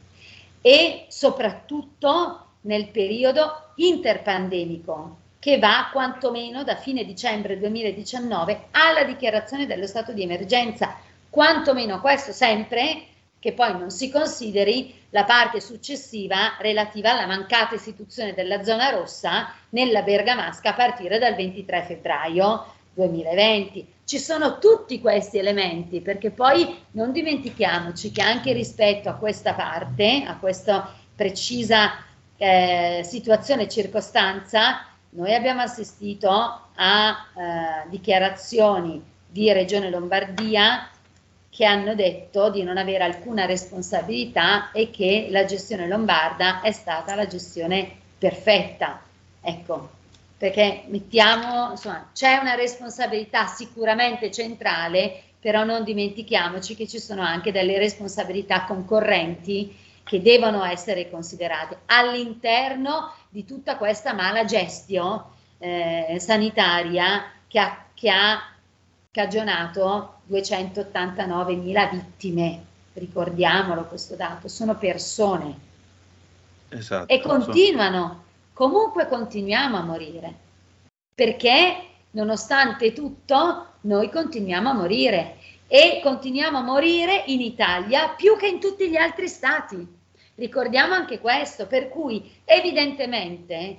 E soprattutto nel periodo interpandemico, che va quantomeno da fine dicembre duemiladiciannove alla dichiarazione dello stato di emergenza, quantomeno questo sempre che poi non si consideri la parte successiva relativa alla mancata istituzione della zona rossa nella Bergamasca a partire dal ventitré febbraio duemilaventi. Ci sono tutti questi elementi, perché poi non dimentichiamoci che anche rispetto a questa parte, a questa precisa eh, situazione e circostanza, noi abbiamo assistito a eh, dichiarazioni di Regione Lombardia che hanno detto di non avere alcuna responsabilità e che la gestione lombarda è stata la gestione perfetta. Ecco, perché mettiamo, insomma, c'è una responsabilità sicuramente centrale, però non dimentichiamoci che ci sono anche delle responsabilità concorrenti che devono essere considerate all'interno di tutta questa mala gestione eh, sanitaria che ha, che ha cagionato duecentottantanovemila vittime, ricordiamolo questo dato, sono persone. Esatto, e continuano, comunque continuiamo a morire, perché nonostante tutto noi continuiamo a morire e continuiamo a morire in Italia più che in tutti gli altri stati. Ricordiamo anche questo, per cui evidentemente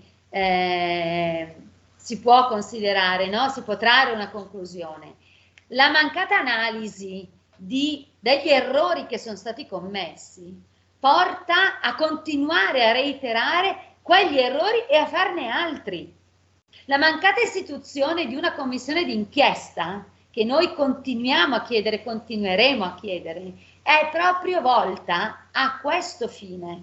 eh, si può considerare, no? Si può trarre una conclusione. La mancata analisi di, degli errori che sono stati commessi porta a continuare a reiterare quegli errori e a farne altri. La mancata istituzione di una commissione d'inchiesta, che noi continuiamo a chiedere, continueremo a chiedere, è proprio volta a questo fine,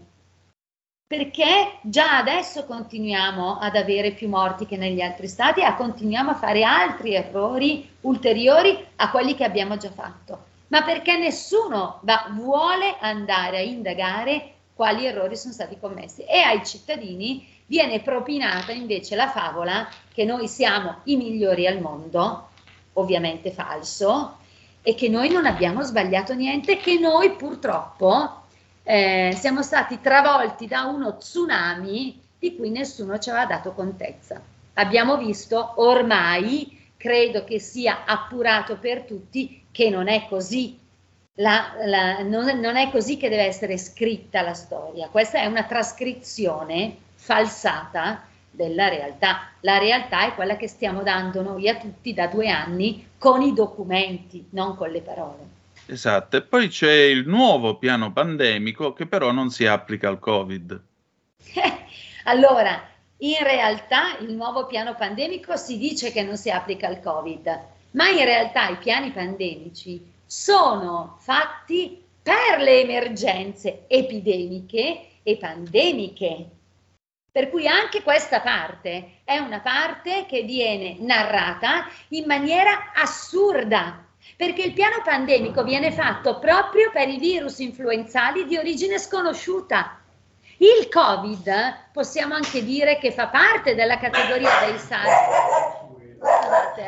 perché già adesso continuiamo ad avere più morti che negli altri stati e continuiamo a fare altri errori ulteriori a quelli che abbiamo già fatto, ma perché nessuno va, vuole andare a indagare quali errori sono stati commessi, e ai cittadini viene propinata invece la favola che noi siamo i migliori al mondo, ovviamente falso, e che noi non abbiamo sbagliato niente, che noi purtroppo eh, siamo stati travolti da uno tsunami di cui nessuno ci aveva dato contezza. Abbiamo visto ormai, credo che sia appurato per tutti, che non è così. La, la, non, non è così che deve essere scritta la storia. Questa è una trascrizione falsata della realtà. La realtà è quella che stiamo dando noi a tutti da due anni con i documenti, non con le parole. Esatto, e poi c'è il nuovo piano pandemico che però non si applica al Covid. Allora, in realtà il nuovo piano pandemico si dice che non si applica al Covid, ma in realtà i piani pandemici sono fatti per le emergenze epidemiche e pandemiche. Per cui anche questa parte è una parte che viene narrata in maniera assurda, perché il piano pandemico viene fatto proprio per i virus influenzali di origine sconosciuta. Il Covid possiamo anche dire che fa parte della categoria dei SARS. Scusate,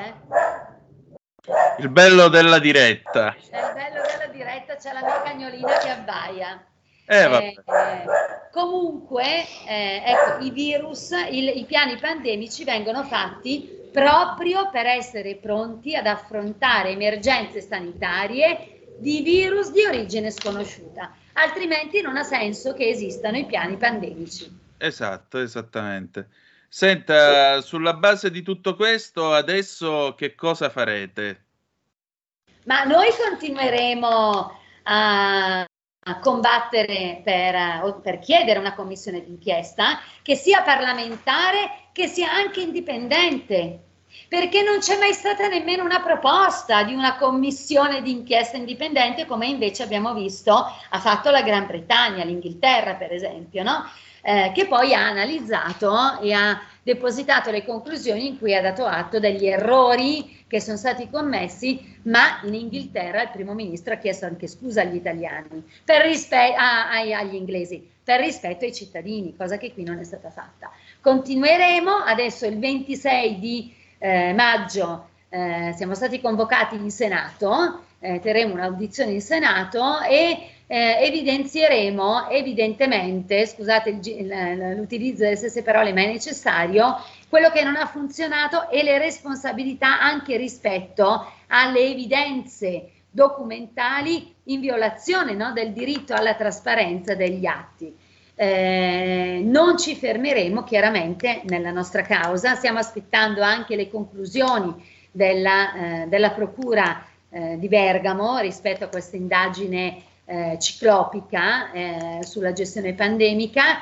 eh. Il bello della diretta. È il bello della diretta, c'è la mia cagnolina che abbaia. Eh, eh, eh, comunque, eh, ecco, i virus, il, i piani pandemici vengono fatti proprio per essere pronti ad affrontare emergenze sanitarie di virus di origine sconosciuta, altrimenti non ha senso che esistano i piani pandemici. Esatto, esattamente. Senta, sulla base di tutto questo, adesso che cosa farete? Ma noi continueremo a a combattere per, per chiedere una commissione d'inchiesta che sia parlamentare, che sia anche indipendente, perché non c'è mai stata nemmeno una proposta di una commissione d'inchiesta indipendente, come invece abbiamo visto ha fatto la Gran Bretagna, l'Inghilterra per esempio, no? Eh, che poi ha analizzato e ha depositato le conclusioni in cui ha dato atto degli errori che sono stati commessi, ma in Inghilterra il primo ministro ha chiesto anche scusa agli italiani, per rispe- a, a, agli inglesi, per rispetto ai cittadini, cosa che qui non è stata fatta. Continueremo, adesso il ventisei di eh, maggio eh, siamo stati convocati in Senato, eh, terremo un'audizione in Senato e Eh, evidenzieremo evidentemente, scusate il, il, l'utilizzo delle stesse parole, ma è necessario, quello che non ha funzionato e le responsabilità anche rispetto alle evidenze documentali in violazione, no, del diritto alla trasparenza degli atti. Eh, non ci fermeremo chiaramente nella nostra causa, stiamo aspettando anche le conclusioni della, eh, della Procura eh, di Bergamo rispetto a questa indagine Eh, ciclopica eh, sulla gestione pandemica.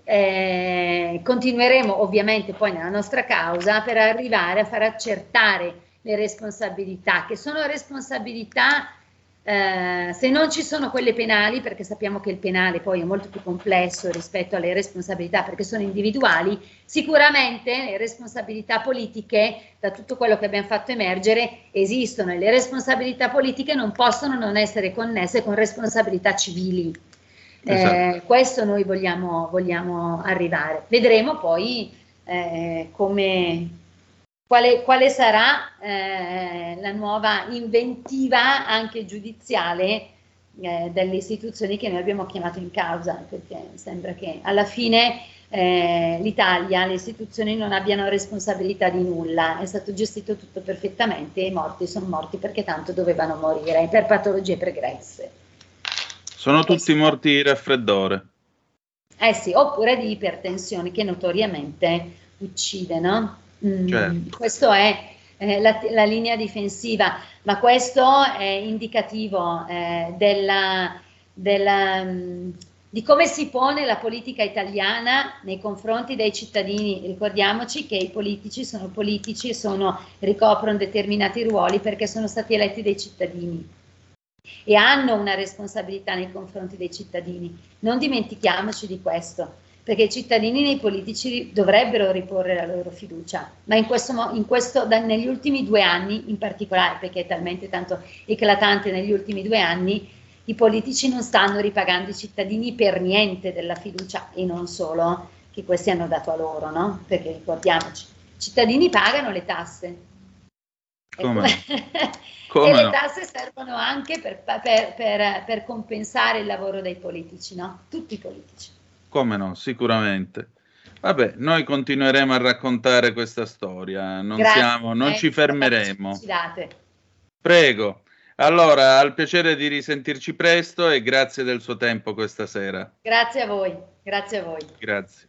Eh, continueremo ovviamente poi nella nostra causa per arrivare a far accertare le responsabilità, che sono responsabilità, eh, se non ci sono quelle penali, perché sappiamo che il penale poi è molto più complesso rispetto alle responsabilità perché sono individuali, sicuramente le responsabilità politiche, da tutto quello che abbiamo fatto emergere, esistono, e le responsabilità politiche non possono non essere connesse con responsabilità civili. Esatto. Eh, questo noi vogliamo, vogliamo arrivare. Vedremo poi eh, come, quale, quale sarà eh, la nuova inventiva anche giudiziale eh, delle istituzioni che noi abbiamo chiamato in causa, perché sembra che alla fine eh, l'Italia, le istituzioni non abbiano responsabilità di nulla, è stato gestito tutto perfettamente e i morti sono morti perché tanto dovevano morire per patologie pregresse. Sono tutti morti di raffreddore. Eh sì, oppure di ipertensione che notoriamente uccide, no? Mm, certo. Questo è eh, la, la linea difensiva, ma questo è indicativo eh, della, della, um, di come si pone la politica italiana nei confronti dei cittadini. Ricordiamoci che i politici sono politici e sono, ricoprono determinati ruoli perché sono stati eletti dai cittadini e hanno una responsabilità nei confronti dei cittadini. Non dimentichiamoci di questo, perché i cittadini nei politici dovrebbero riporre la loro fiducia, ma in questo, in questo da, negli ultimi due anni in particolare, perché è talmente tanto eclatante negli ultimi due anni, i politici non stanno ripagando i cittadini per niente della fiducia, e non solo, che questi hanno dato a loro, no? Perché ricordiamoci, i cittadini pagano le tasse. Come? Come e no? le tasse servono anche per, per, per, per compensare il lavoro dei politici, no? Tutti i politici. Come no, sicuramente. Vabbè, noi continueremo a raccontare questa storia, non, Grazie, siamo, non eh, ci fermeremo. Ci date. Prego. Allora, al piacere di risentirci presto e grazie del suo tempo questa sera. Grazie a voi, grazie a voi. Grazie.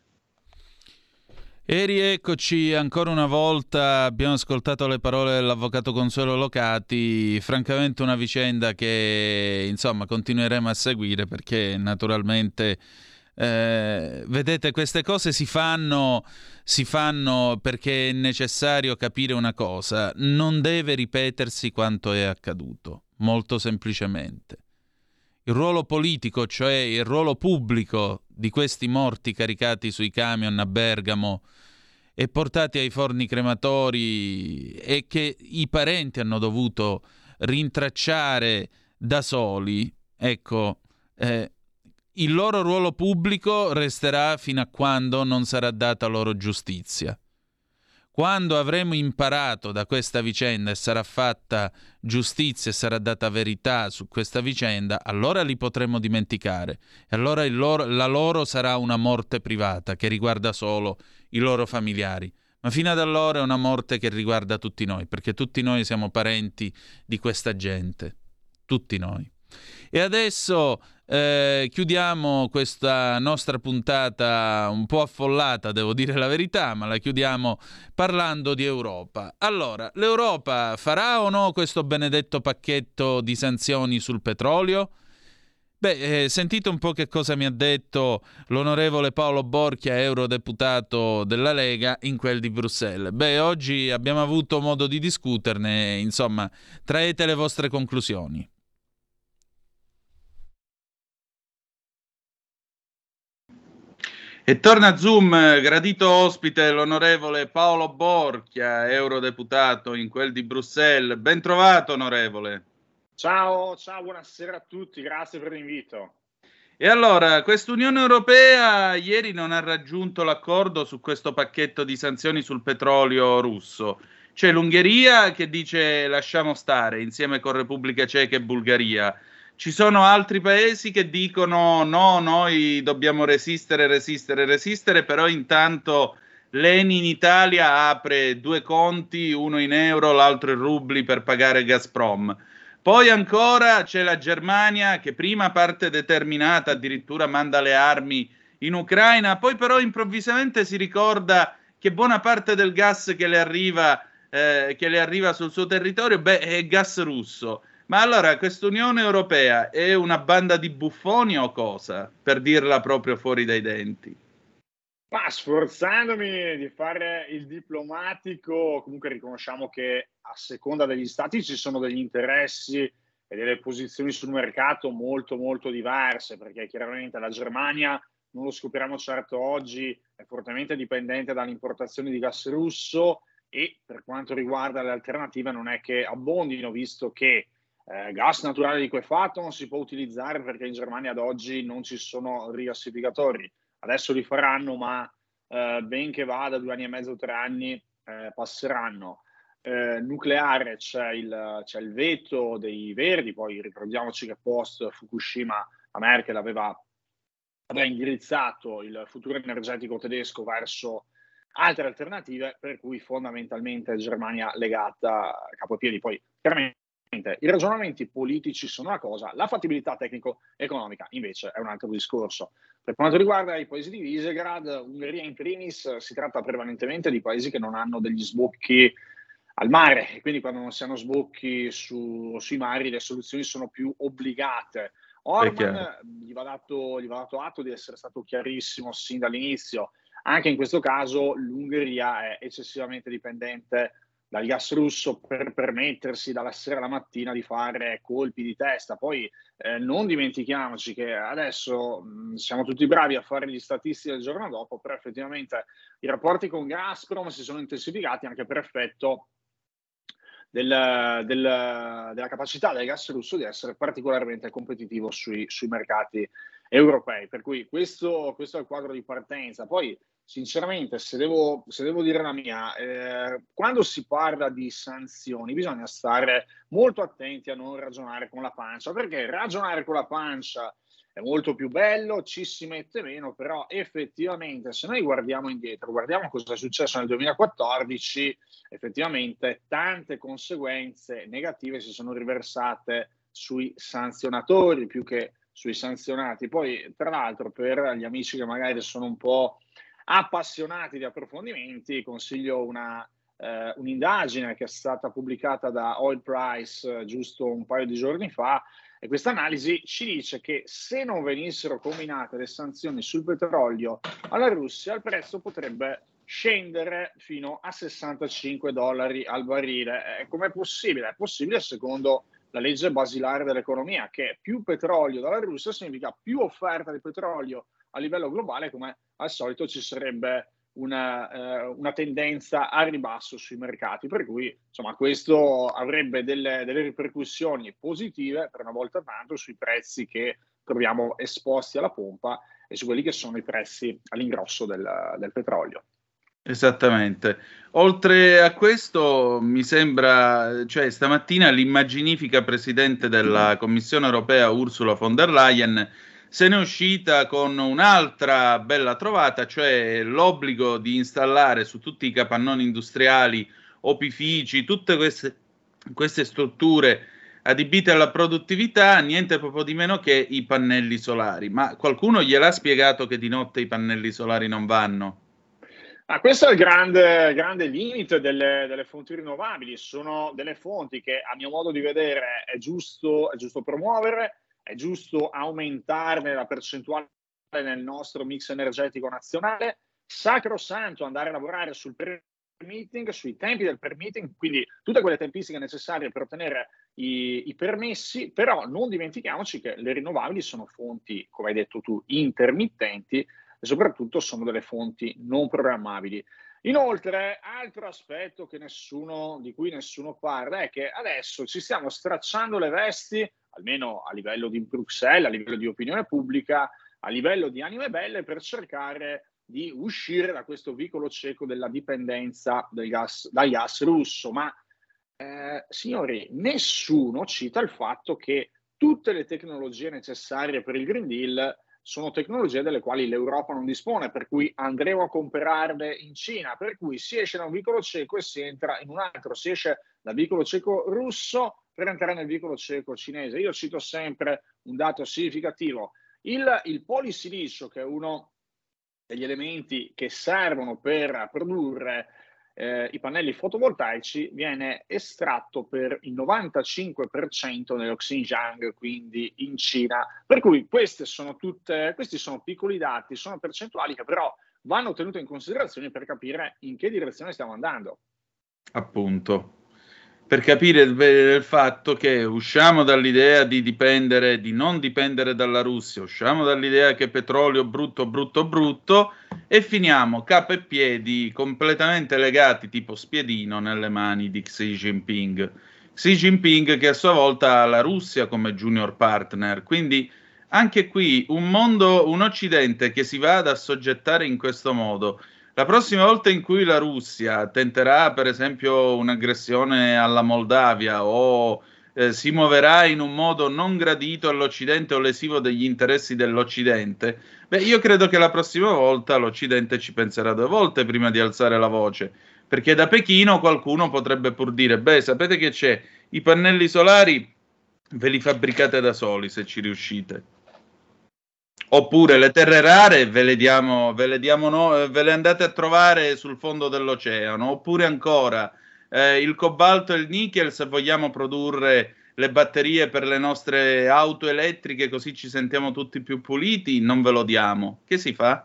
E rieccoci ancora una volta, abbiamo ascoltato le parole dell'avvocato Consuelo Locati, francamente una vicenda che insomma continueremo a seguire perché naturalmente eh, vedete queste cose si fanno, si fanno perché è necessario capire una cosa, non deve ripetersi quanto è accaduto, molto semplicemente. Il ruolo politico, cioè il ruolo pubblico di questi morti caricati sui camion a Bergamo e portati ai forni crematori e che i parenti hanno dovuto rintracciare da soli, ecco, eh, il loro ruolo pubblico resterà fino a quando non sarà data loro giustizia. Quando avremo imparato da questa vicenda e sarà fatta giustizia e sarà data verità su questa vicenda, allora li potremo dimenticare. E allora il loro, la loro sarà una morte privata che riguarda solo i loro familiari. Ma fino ad allora è una morte che riguarda tutti noi, perché tutti noi siamo parenti di questa gente. Tutti noi. E adesso eh, chiudiamo questa nostra puntata un po' affollata, devo dire la verità, ma la chiudiamo parlando di Europa. Allora, l'Europa farà o no questo benedetto pacchetto di sanzioni sul petrolio? Beh, eh, sentite un po' che cosa mi ha detto l'onorevole Paolo Borchia, eurodeputato della Lega, in quel di Bruxelles. Beh, oggi abbiamo avuto modo di discuterne, insomma, traete le vostre conclusioni. E torna a Zoom, gradito ospite, l'onorevole Paolo Borchia, eurodeputato in quel di Bruxelles. Ben trovato, onorevole. Ciao, ciao, buonasera a tutti, grazie per l'invito. E allora, quest'Unione Europea ieri non ha raggiunto l'accordo su questo pacchetto di sanzioni sul petrolio russo. C'è l'Ungheria che dice lasciamo stare, insieme con Repubblica Ceca e Bulgaria. Ci sono altri paesi che dicono no, noi dobbiamo resistere, resistere, resistere, però intanto l'Eni in Italia apre due conti, uno in euro, l'altro in rubli per pagare Gazprom. Poi ancora c'è la Germania che prima parte determinata, addirittura manda le armi in Ucraina, poi però improvvisamente si ricorda che buona parte del gas che le arriva, eh, che le arriva sul suo territorio, beh, è gas russo. Ma allora quest'Unione Europea è una banda di buffoni o cosa? Per dirla proprio fuori dai denti. Ma sforzandomi di fare il diplomatico, comunque riconosciamo che a seconda degli stati ci sono degli interessi e delle posizioni sul mercato molto molto diverse, perché chiaramente la Germania, non lo scopriamo certo oggi, è fortemente dipendente dall'importazione di gas russo e per quanto riguarda le alternative non è che abbondino, visto che Eh, gas naturale liquefatto non si può utilizzare perché in Germania ad oggi non ci sono rigassificatori. Adesso li faranno, ma eh, ben che vada due anni e mezzo, tre anni eh, passeranno. Eh, nucleare c'è il, c'è il veto dei Verdi, poi ricordiamoci che post Fukushima la Merkel aveva, aveva indirizzato il futuro energetico tedesco verso altre alternative, per cui fondamentalmente Germania legata a capopiedi. Poi chiaramente i ragionamenti politici sono una cosa, la fattibilità tecnico-economica invece è un altro discorso. Per quanto riguarda i paesi di Visegrad, Ungheria in primis, si tratta prevalentemente di paesi che non hanno degli sbocchi al mare, e quindi quando non si hanno sbocchi su, sui mari le soluzioni sono più obbligate. Orban gli va, dato, gli va dato atto di essere stato chiarissimo sin dall'inizio. Anche in questo caso l'Ungheria è eccessivamente dipendente dal gas russo per permettersi dalla sera alla mattina di fare colpi di testa. Poi eh, non dimentichiamoci che adesso mh, siamo tutti bravi a fare gli statistici del giorno dopo, però effettivamente i rapporti con Gazprom si sono intensificati anche per effetto del, del, della capacità del gas russo di essere particolarmente competitivo sui, sui mercati europei. Per cui questo, questo è il quadro di partenza. Poi sinceramente, se devo, se devo dire la mia, eh, quando si parla di sanzioni bisogna stare molto attenti a non ragionare con la pancia, perché ragionare con la pancia è molto più bello, ci si mette meno, però effettivamente se noi guardiamo indietro, guardiamo cosa è successo nel duemilaquattordici, effettivamente tante conseguenze negative si sono riversate sui sanzionatori più che sui sanzionati. Poi, tra l'altro, per gli amici che magari sono un po' appassionati di approfondimenti, consiglio una, eh, un'indagine che è stata pubblicata da Oil Price eh, giusto un paio di giorni fa, e questa analisi ci dice che se non venissero combinate le sanzioni sul petrolio alla Russia, il prezzo potrebbe scendere fino a sessantacinque dollari al barile. Eh, com'è possibile? È possibile secondo la legge basilare dell'economia, che più petrolio dalla Russia significa più offerta di petrolio a livello globale, come al solito ci sarebbe una, eh, una tendenza a ribasso sui mercati, per cui insomma questo avrebbe delle, delle ripercussioni positive per una volta tanto sui prezzi che troviamo esposti alla pompa e su quelli che sono i prezzi all'ingrosso del, del petrolio. Esattamente. Oltre a questo, mi sembra, cioè stamattina l'immaginifica presidente della Commissione europea Ursula von der Leyen se n'è uscita con un'altra bella trovata, cioè l'obbligo di installare su tutti i capannoni industriali, opifici, tutte queste, queste strutture adibite alla produttività, niente proprio di meno che i pannelli solari. Ma qualcuno gliel'ha spiegato che di notte i pannelli solari non vanno? Ah, questo è il grande, grande limite delle, delle fonti rinnovabili. Sono delle fonti che, a mio modo di vedere, è giusto, è giusto promuovere, è giusto aumentarne la percentuale nel nostro mix energetico nazionale. Sacrosanto andare a lavorare sul permitting, sui tempi del permitting, quindi tutte quelle tempistiche necessarie per ottenere i, i permessi, però non dimentichiamoci che le rinnovabili sono fonti, come hai detto tu, intermittenti, e soprattutto sono delle fonti non programmabili. Inoltre, altro aspetto che nessuno, di cui nessuno parla è che adesso ci stiamo stracciando le vesti, almeno a livello di Bruxelles, a livello di opinione pubblica, a livello di anime belle, per cercare di uscire da questo vicolo cieco della dipendenza del gas, dal gas russo. Ma, eh, signori, nessuno cita il fatto che tutte le tecnologie necessarie per il Green Deal sono tecnologie delle quali l'Europa non dispone, per cui andremo a comprarle in Cina, per cui si esce da un vicolo cieco e si entra in un altro, si esce dal vicolo cieco russo per entrare nel vicolo cieco cinese. Io cito sempre un dato significativo: il, il polisilicio, che è uno degli elementi che servono per produrre eh, i pannelli fotovoltaici, viene estratto per il novantacinque per cento nello Xinjiang, quindi in Cina. Per cui queste sono tutte, questi sono piccoli dati, sono percentuali che però vanno tenute in considerazione per capire in che direzione stiamo andando. Appunto, per capire il, il fatto che usciamo dall'idea di dipendere, di non dipendere dalla Russia, usciamo dall'idea che petrolio brutto, brutto, brutto, e finiamo capo e piedi completamente legati, tipo spiedino, nelle mani di Xi Jinping. Xi Jinping, che a sua volta ha la Russia come junior partner. Quindi anche qui un mondo, un Occidente che si va ad assoggettare in questo modo. La prossima volta in cui la Russia tenterà, per esempio, un'aggressione alla Moldavia o eh, si muoverà in un modo non gradito all'Occidente o lesivo degli interessi dell'Occidente, beh, io credo che la prossima volta l'Occidente ci penserà due volte prima di alzare la voce, perché da Pechino qualcuno potrebbe pur dire, beh, sapete che c'è? I pannelli solari ve li fabbricate da soli se ci riuscite. Oppure le terre rare ve le diamo, ve le diamo no, ve le andate a trovare sul fondo dell'oceano. Oppure ancora eh, il cobalto e il nickel, se vogliamo produrre le batterie per le nostre auto elettriche, così ci sentiamo tutti più puliti, non ve lo diamo. Che si fa?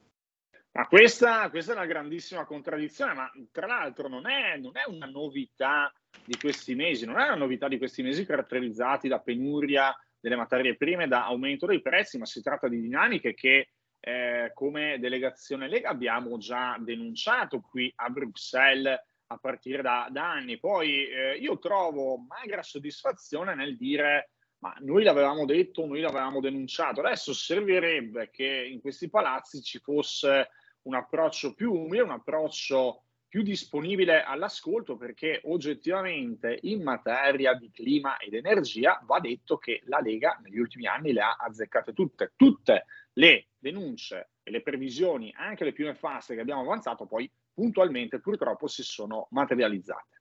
Ma questa, questa è una grandissima contraddizione, ma tra l'altro non è, non è una novità di questi mesi, non è una novità di questi mesi caratterizzati da penuria delle materie prime, da aumento dei prezzi, ma si tratta di dinamiche che eh, come delegazione Lega abbiamo già denunciato qui a Bruxelles a partire da, da anni. Poi eh, io trovo magra soddisfazione nel dire ma noi l'avevamo detto, noi l'avevamo denunciato. Adesso servirebbe che in questi palazzi ci fosse un approccio più umile, un approccio più disponibile all'ascolto, perché oggettivamente in materia di clima ed energia va detto che la Lega negli ultimi anni le ha azzeccate tutte. Tutte le denunce e le previsioni, anche le più nefaste che abbiamo avanzato, poi puntualmente purtroppo si sono materializzate.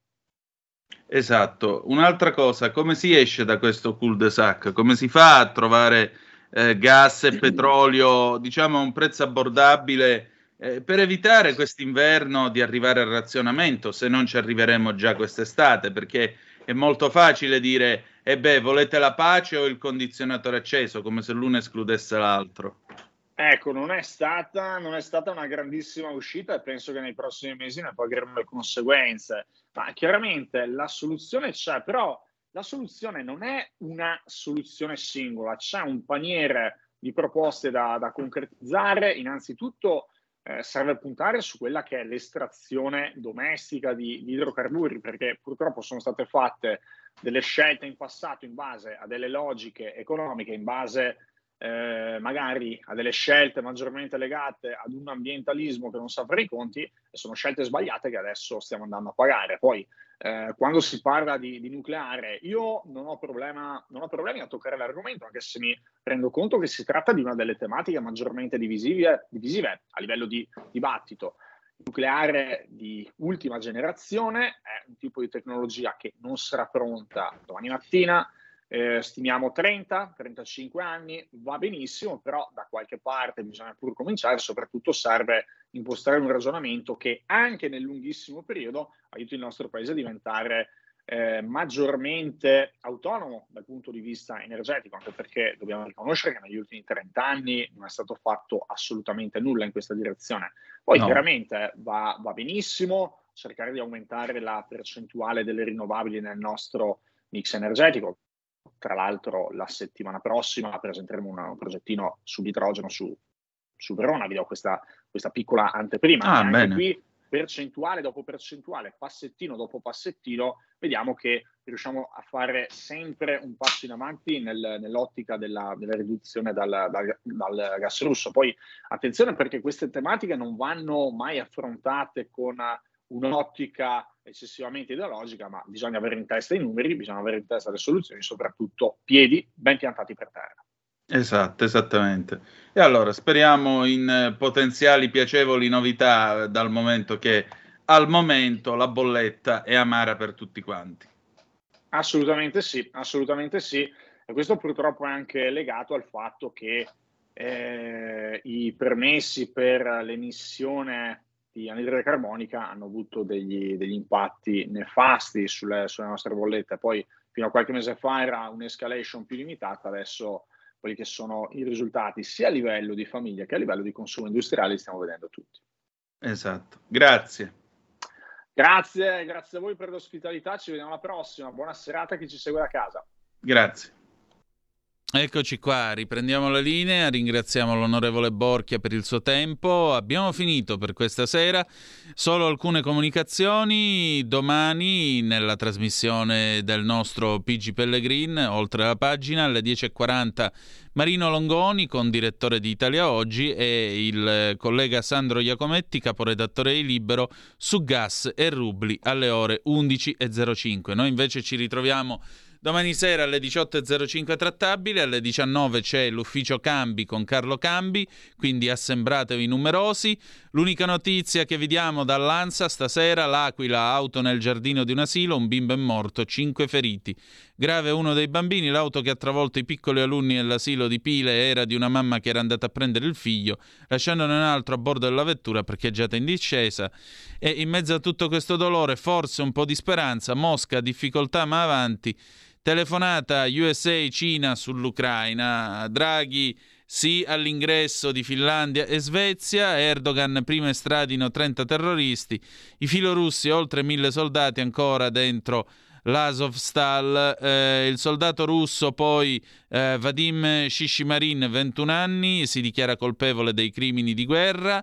Esatto. Un'altra cosa, come si esce da questo cul-de-sac? Come si fa a trovare eh, gas e petrolio, diciamo, a un prezzo abbordabile eh, per evitare quest'inverno di arrivare al razionamento, se non ci arriveremo già quest'estate? Perché è molto facile dire, e beh, volete la pace o il condizionatore acceso, come se l'uno escludesse l'altro. Ecco, non è stata, non è stata una grandissima uscita e penso che nei prossimi mesi ne pagheremo le conseguenze. Ma chiaramente la soluzione c'è, però la soluzione non è una soluzione singola, c'è un paniere di proposte da, da concretizzare. Innanzitutto eh, serve puntare su quella che è l'estrazione domestica di, di idrocarburi, perché purtroppo sono state fatte delle scelte in passato in base a delle logiche economiche, in base Eh, magari a delle scelte maggiormente legate ad un ambientalismo che non sa fare i conti, e sono scelte sbagliate che adesso stiamo andando a pagare. Poi eh, quando si parla di, di nucleare, io non ho, problema, non ho problemi a toccare l'argomento, anche se mi rendo conto che si tratta di una delle tematiche maggiormente divisive, divisive a livello di dibattito. Il nucleare di ultima generazione è un tipo di tecnologia che non sarà pronta domani mattina. Eh, stimiamo trenta trentacinque anni, va benissimo, però da qualche parte bisogna pur cominciare. Soprattutto serve impostare un ragionamento che anche nel lunghissimo periodo aiuti il nostro paese a diventare eh, maggiormente autonomo dal punto di vista energetico, anche perché dobbiamo riconoscere che negli ultimi trenta anni non è stato fatto assolutamente nulla in questa direzione. Poi no. Chiaramente va, va benissimo cercare di aumentare la percentuale delle rinnovabili nel nostro mix energetico. Tra l'altro la settimana prossima presenteremo un, un progettino sull'idrogeno su, su Verona, vi do questa, questa piccola anteprima. Ah, e anche bene. Qui percentuale dopo percentuale, passettino dopo passettino, vediamo che riusciamo a fare sempre un passo in avanti nel, nell'ottica della, della riduzione dal, dal, dal gas russo. Poi attenzione, perché queste tematiche non vanno mai affrontate con un'ottica eccessivamente ideologica, ma bisogna avere in testa i numeri, bisogna avere in testa le soluzioni, soprattutto piedi ben piantati per terra. Esatto, esattamente. E allora speriamo in eh, potenziali piacevoli novità, dal momento che al momento la bolletta è amara per tutti quanti. Assolutamente sì, assolutamente sì. E questo purtroppo è anche legato al fatto che eh, i permessi per l'emissione di anidride carbonica hanno avuto degli, degli impatti nefasti sulle, sulle nostre bollette. Poi fino a qualche mese fa era un'escalation più limitata, adesso quelli che sono i risultati sia a livello di famiglia che a livello di consumo industriale li stiamo vedendo tutti. Esatto, grazie. Grazie, grazie a voi per l'ospitalità, ci vediamo alla prossima, buona serata a chi ci segue da casa. Grazie. Eccoci qua, riprendiamo la linea, ringraziamo l'onorevole Borchia per il suo tempo. Abbiamo finito per questa sera, solo alcune comunicazioni. Domani nella trasmissione del nostro P G Pellegrin, oltre la pagina, alle dieci e quaranta Marino Longoni con direttore di Italia Oggi e il collega Sandro Iacometti, caporedattore di Libero, su gas e rubli alle ore undici e zero cinque. Noi invece ci ritroviamo domani sera alle diciotto e zero cinque trattabile, alle diciannove c'è l'ufficio Cambi con Carlo Cambi, quindi assembratevi numerosi. L'unica notizia che vi diamo dall'Ansa stasera: l'Aquila, auto nel giardino di un asilo, un bimbo è morto, cinque feriti. Grave uno dei bambini, l'auto che ha travolto i piccoli alunni dell'asilo di Pile era di una mamma che era andata a prendere il figlio, lasciandone un altro a bordo della vettura parcheggiata in discesa. E in mezzo a tutto questo dolore, forse un po' di speranza, Mosca, difficoltà ma avanti. Telefonata U S A Cina sull'Ucraina, Draghi sì all'ingresso di Finlandia e Svezia, Erdogan prima estradino trenta terroristi, i filorussi oltre mille soldati ancora dentro l'Azovstal, eh, il soldato russo poi eh, Vadim Shishimarin, ventuno anni, si dichiara colpevole dei crimini di guerra.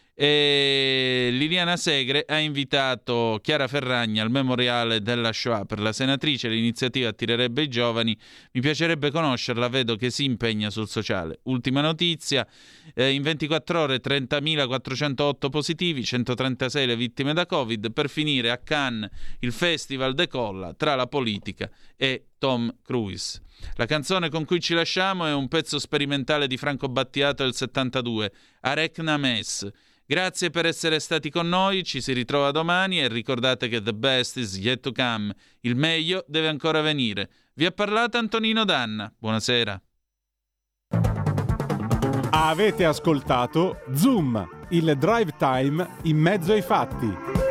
E Liliana Segre ha invitato Chiara Ferragni al memoriale della Shoah. Per la senatrice l'iniziativa attirerebbe i giovani, mi piacerebbe conoscerla, vedo che si impegna sul sociale. Ultima notizia, eh, in ventiquattro ore trentamilaquattrocentootto positivi, centotrentasei le vittime da Covid. Per finire, a Cannes il festival decolla tra la politica e Tom Cruise. La canzone con cui ci lasciamo è un pezzo sperimentale di Franco Battiato del settantadue, Arekna Mes. Grazie per essere stati con noi, ci si ritrova domani e ricordate che the best is yet to come, il meglio deve ancora venire. Vi ha parlato Antonino Danna, buonasera. Avete ascoltato Zoom, il drive time in mezzo ai fatti.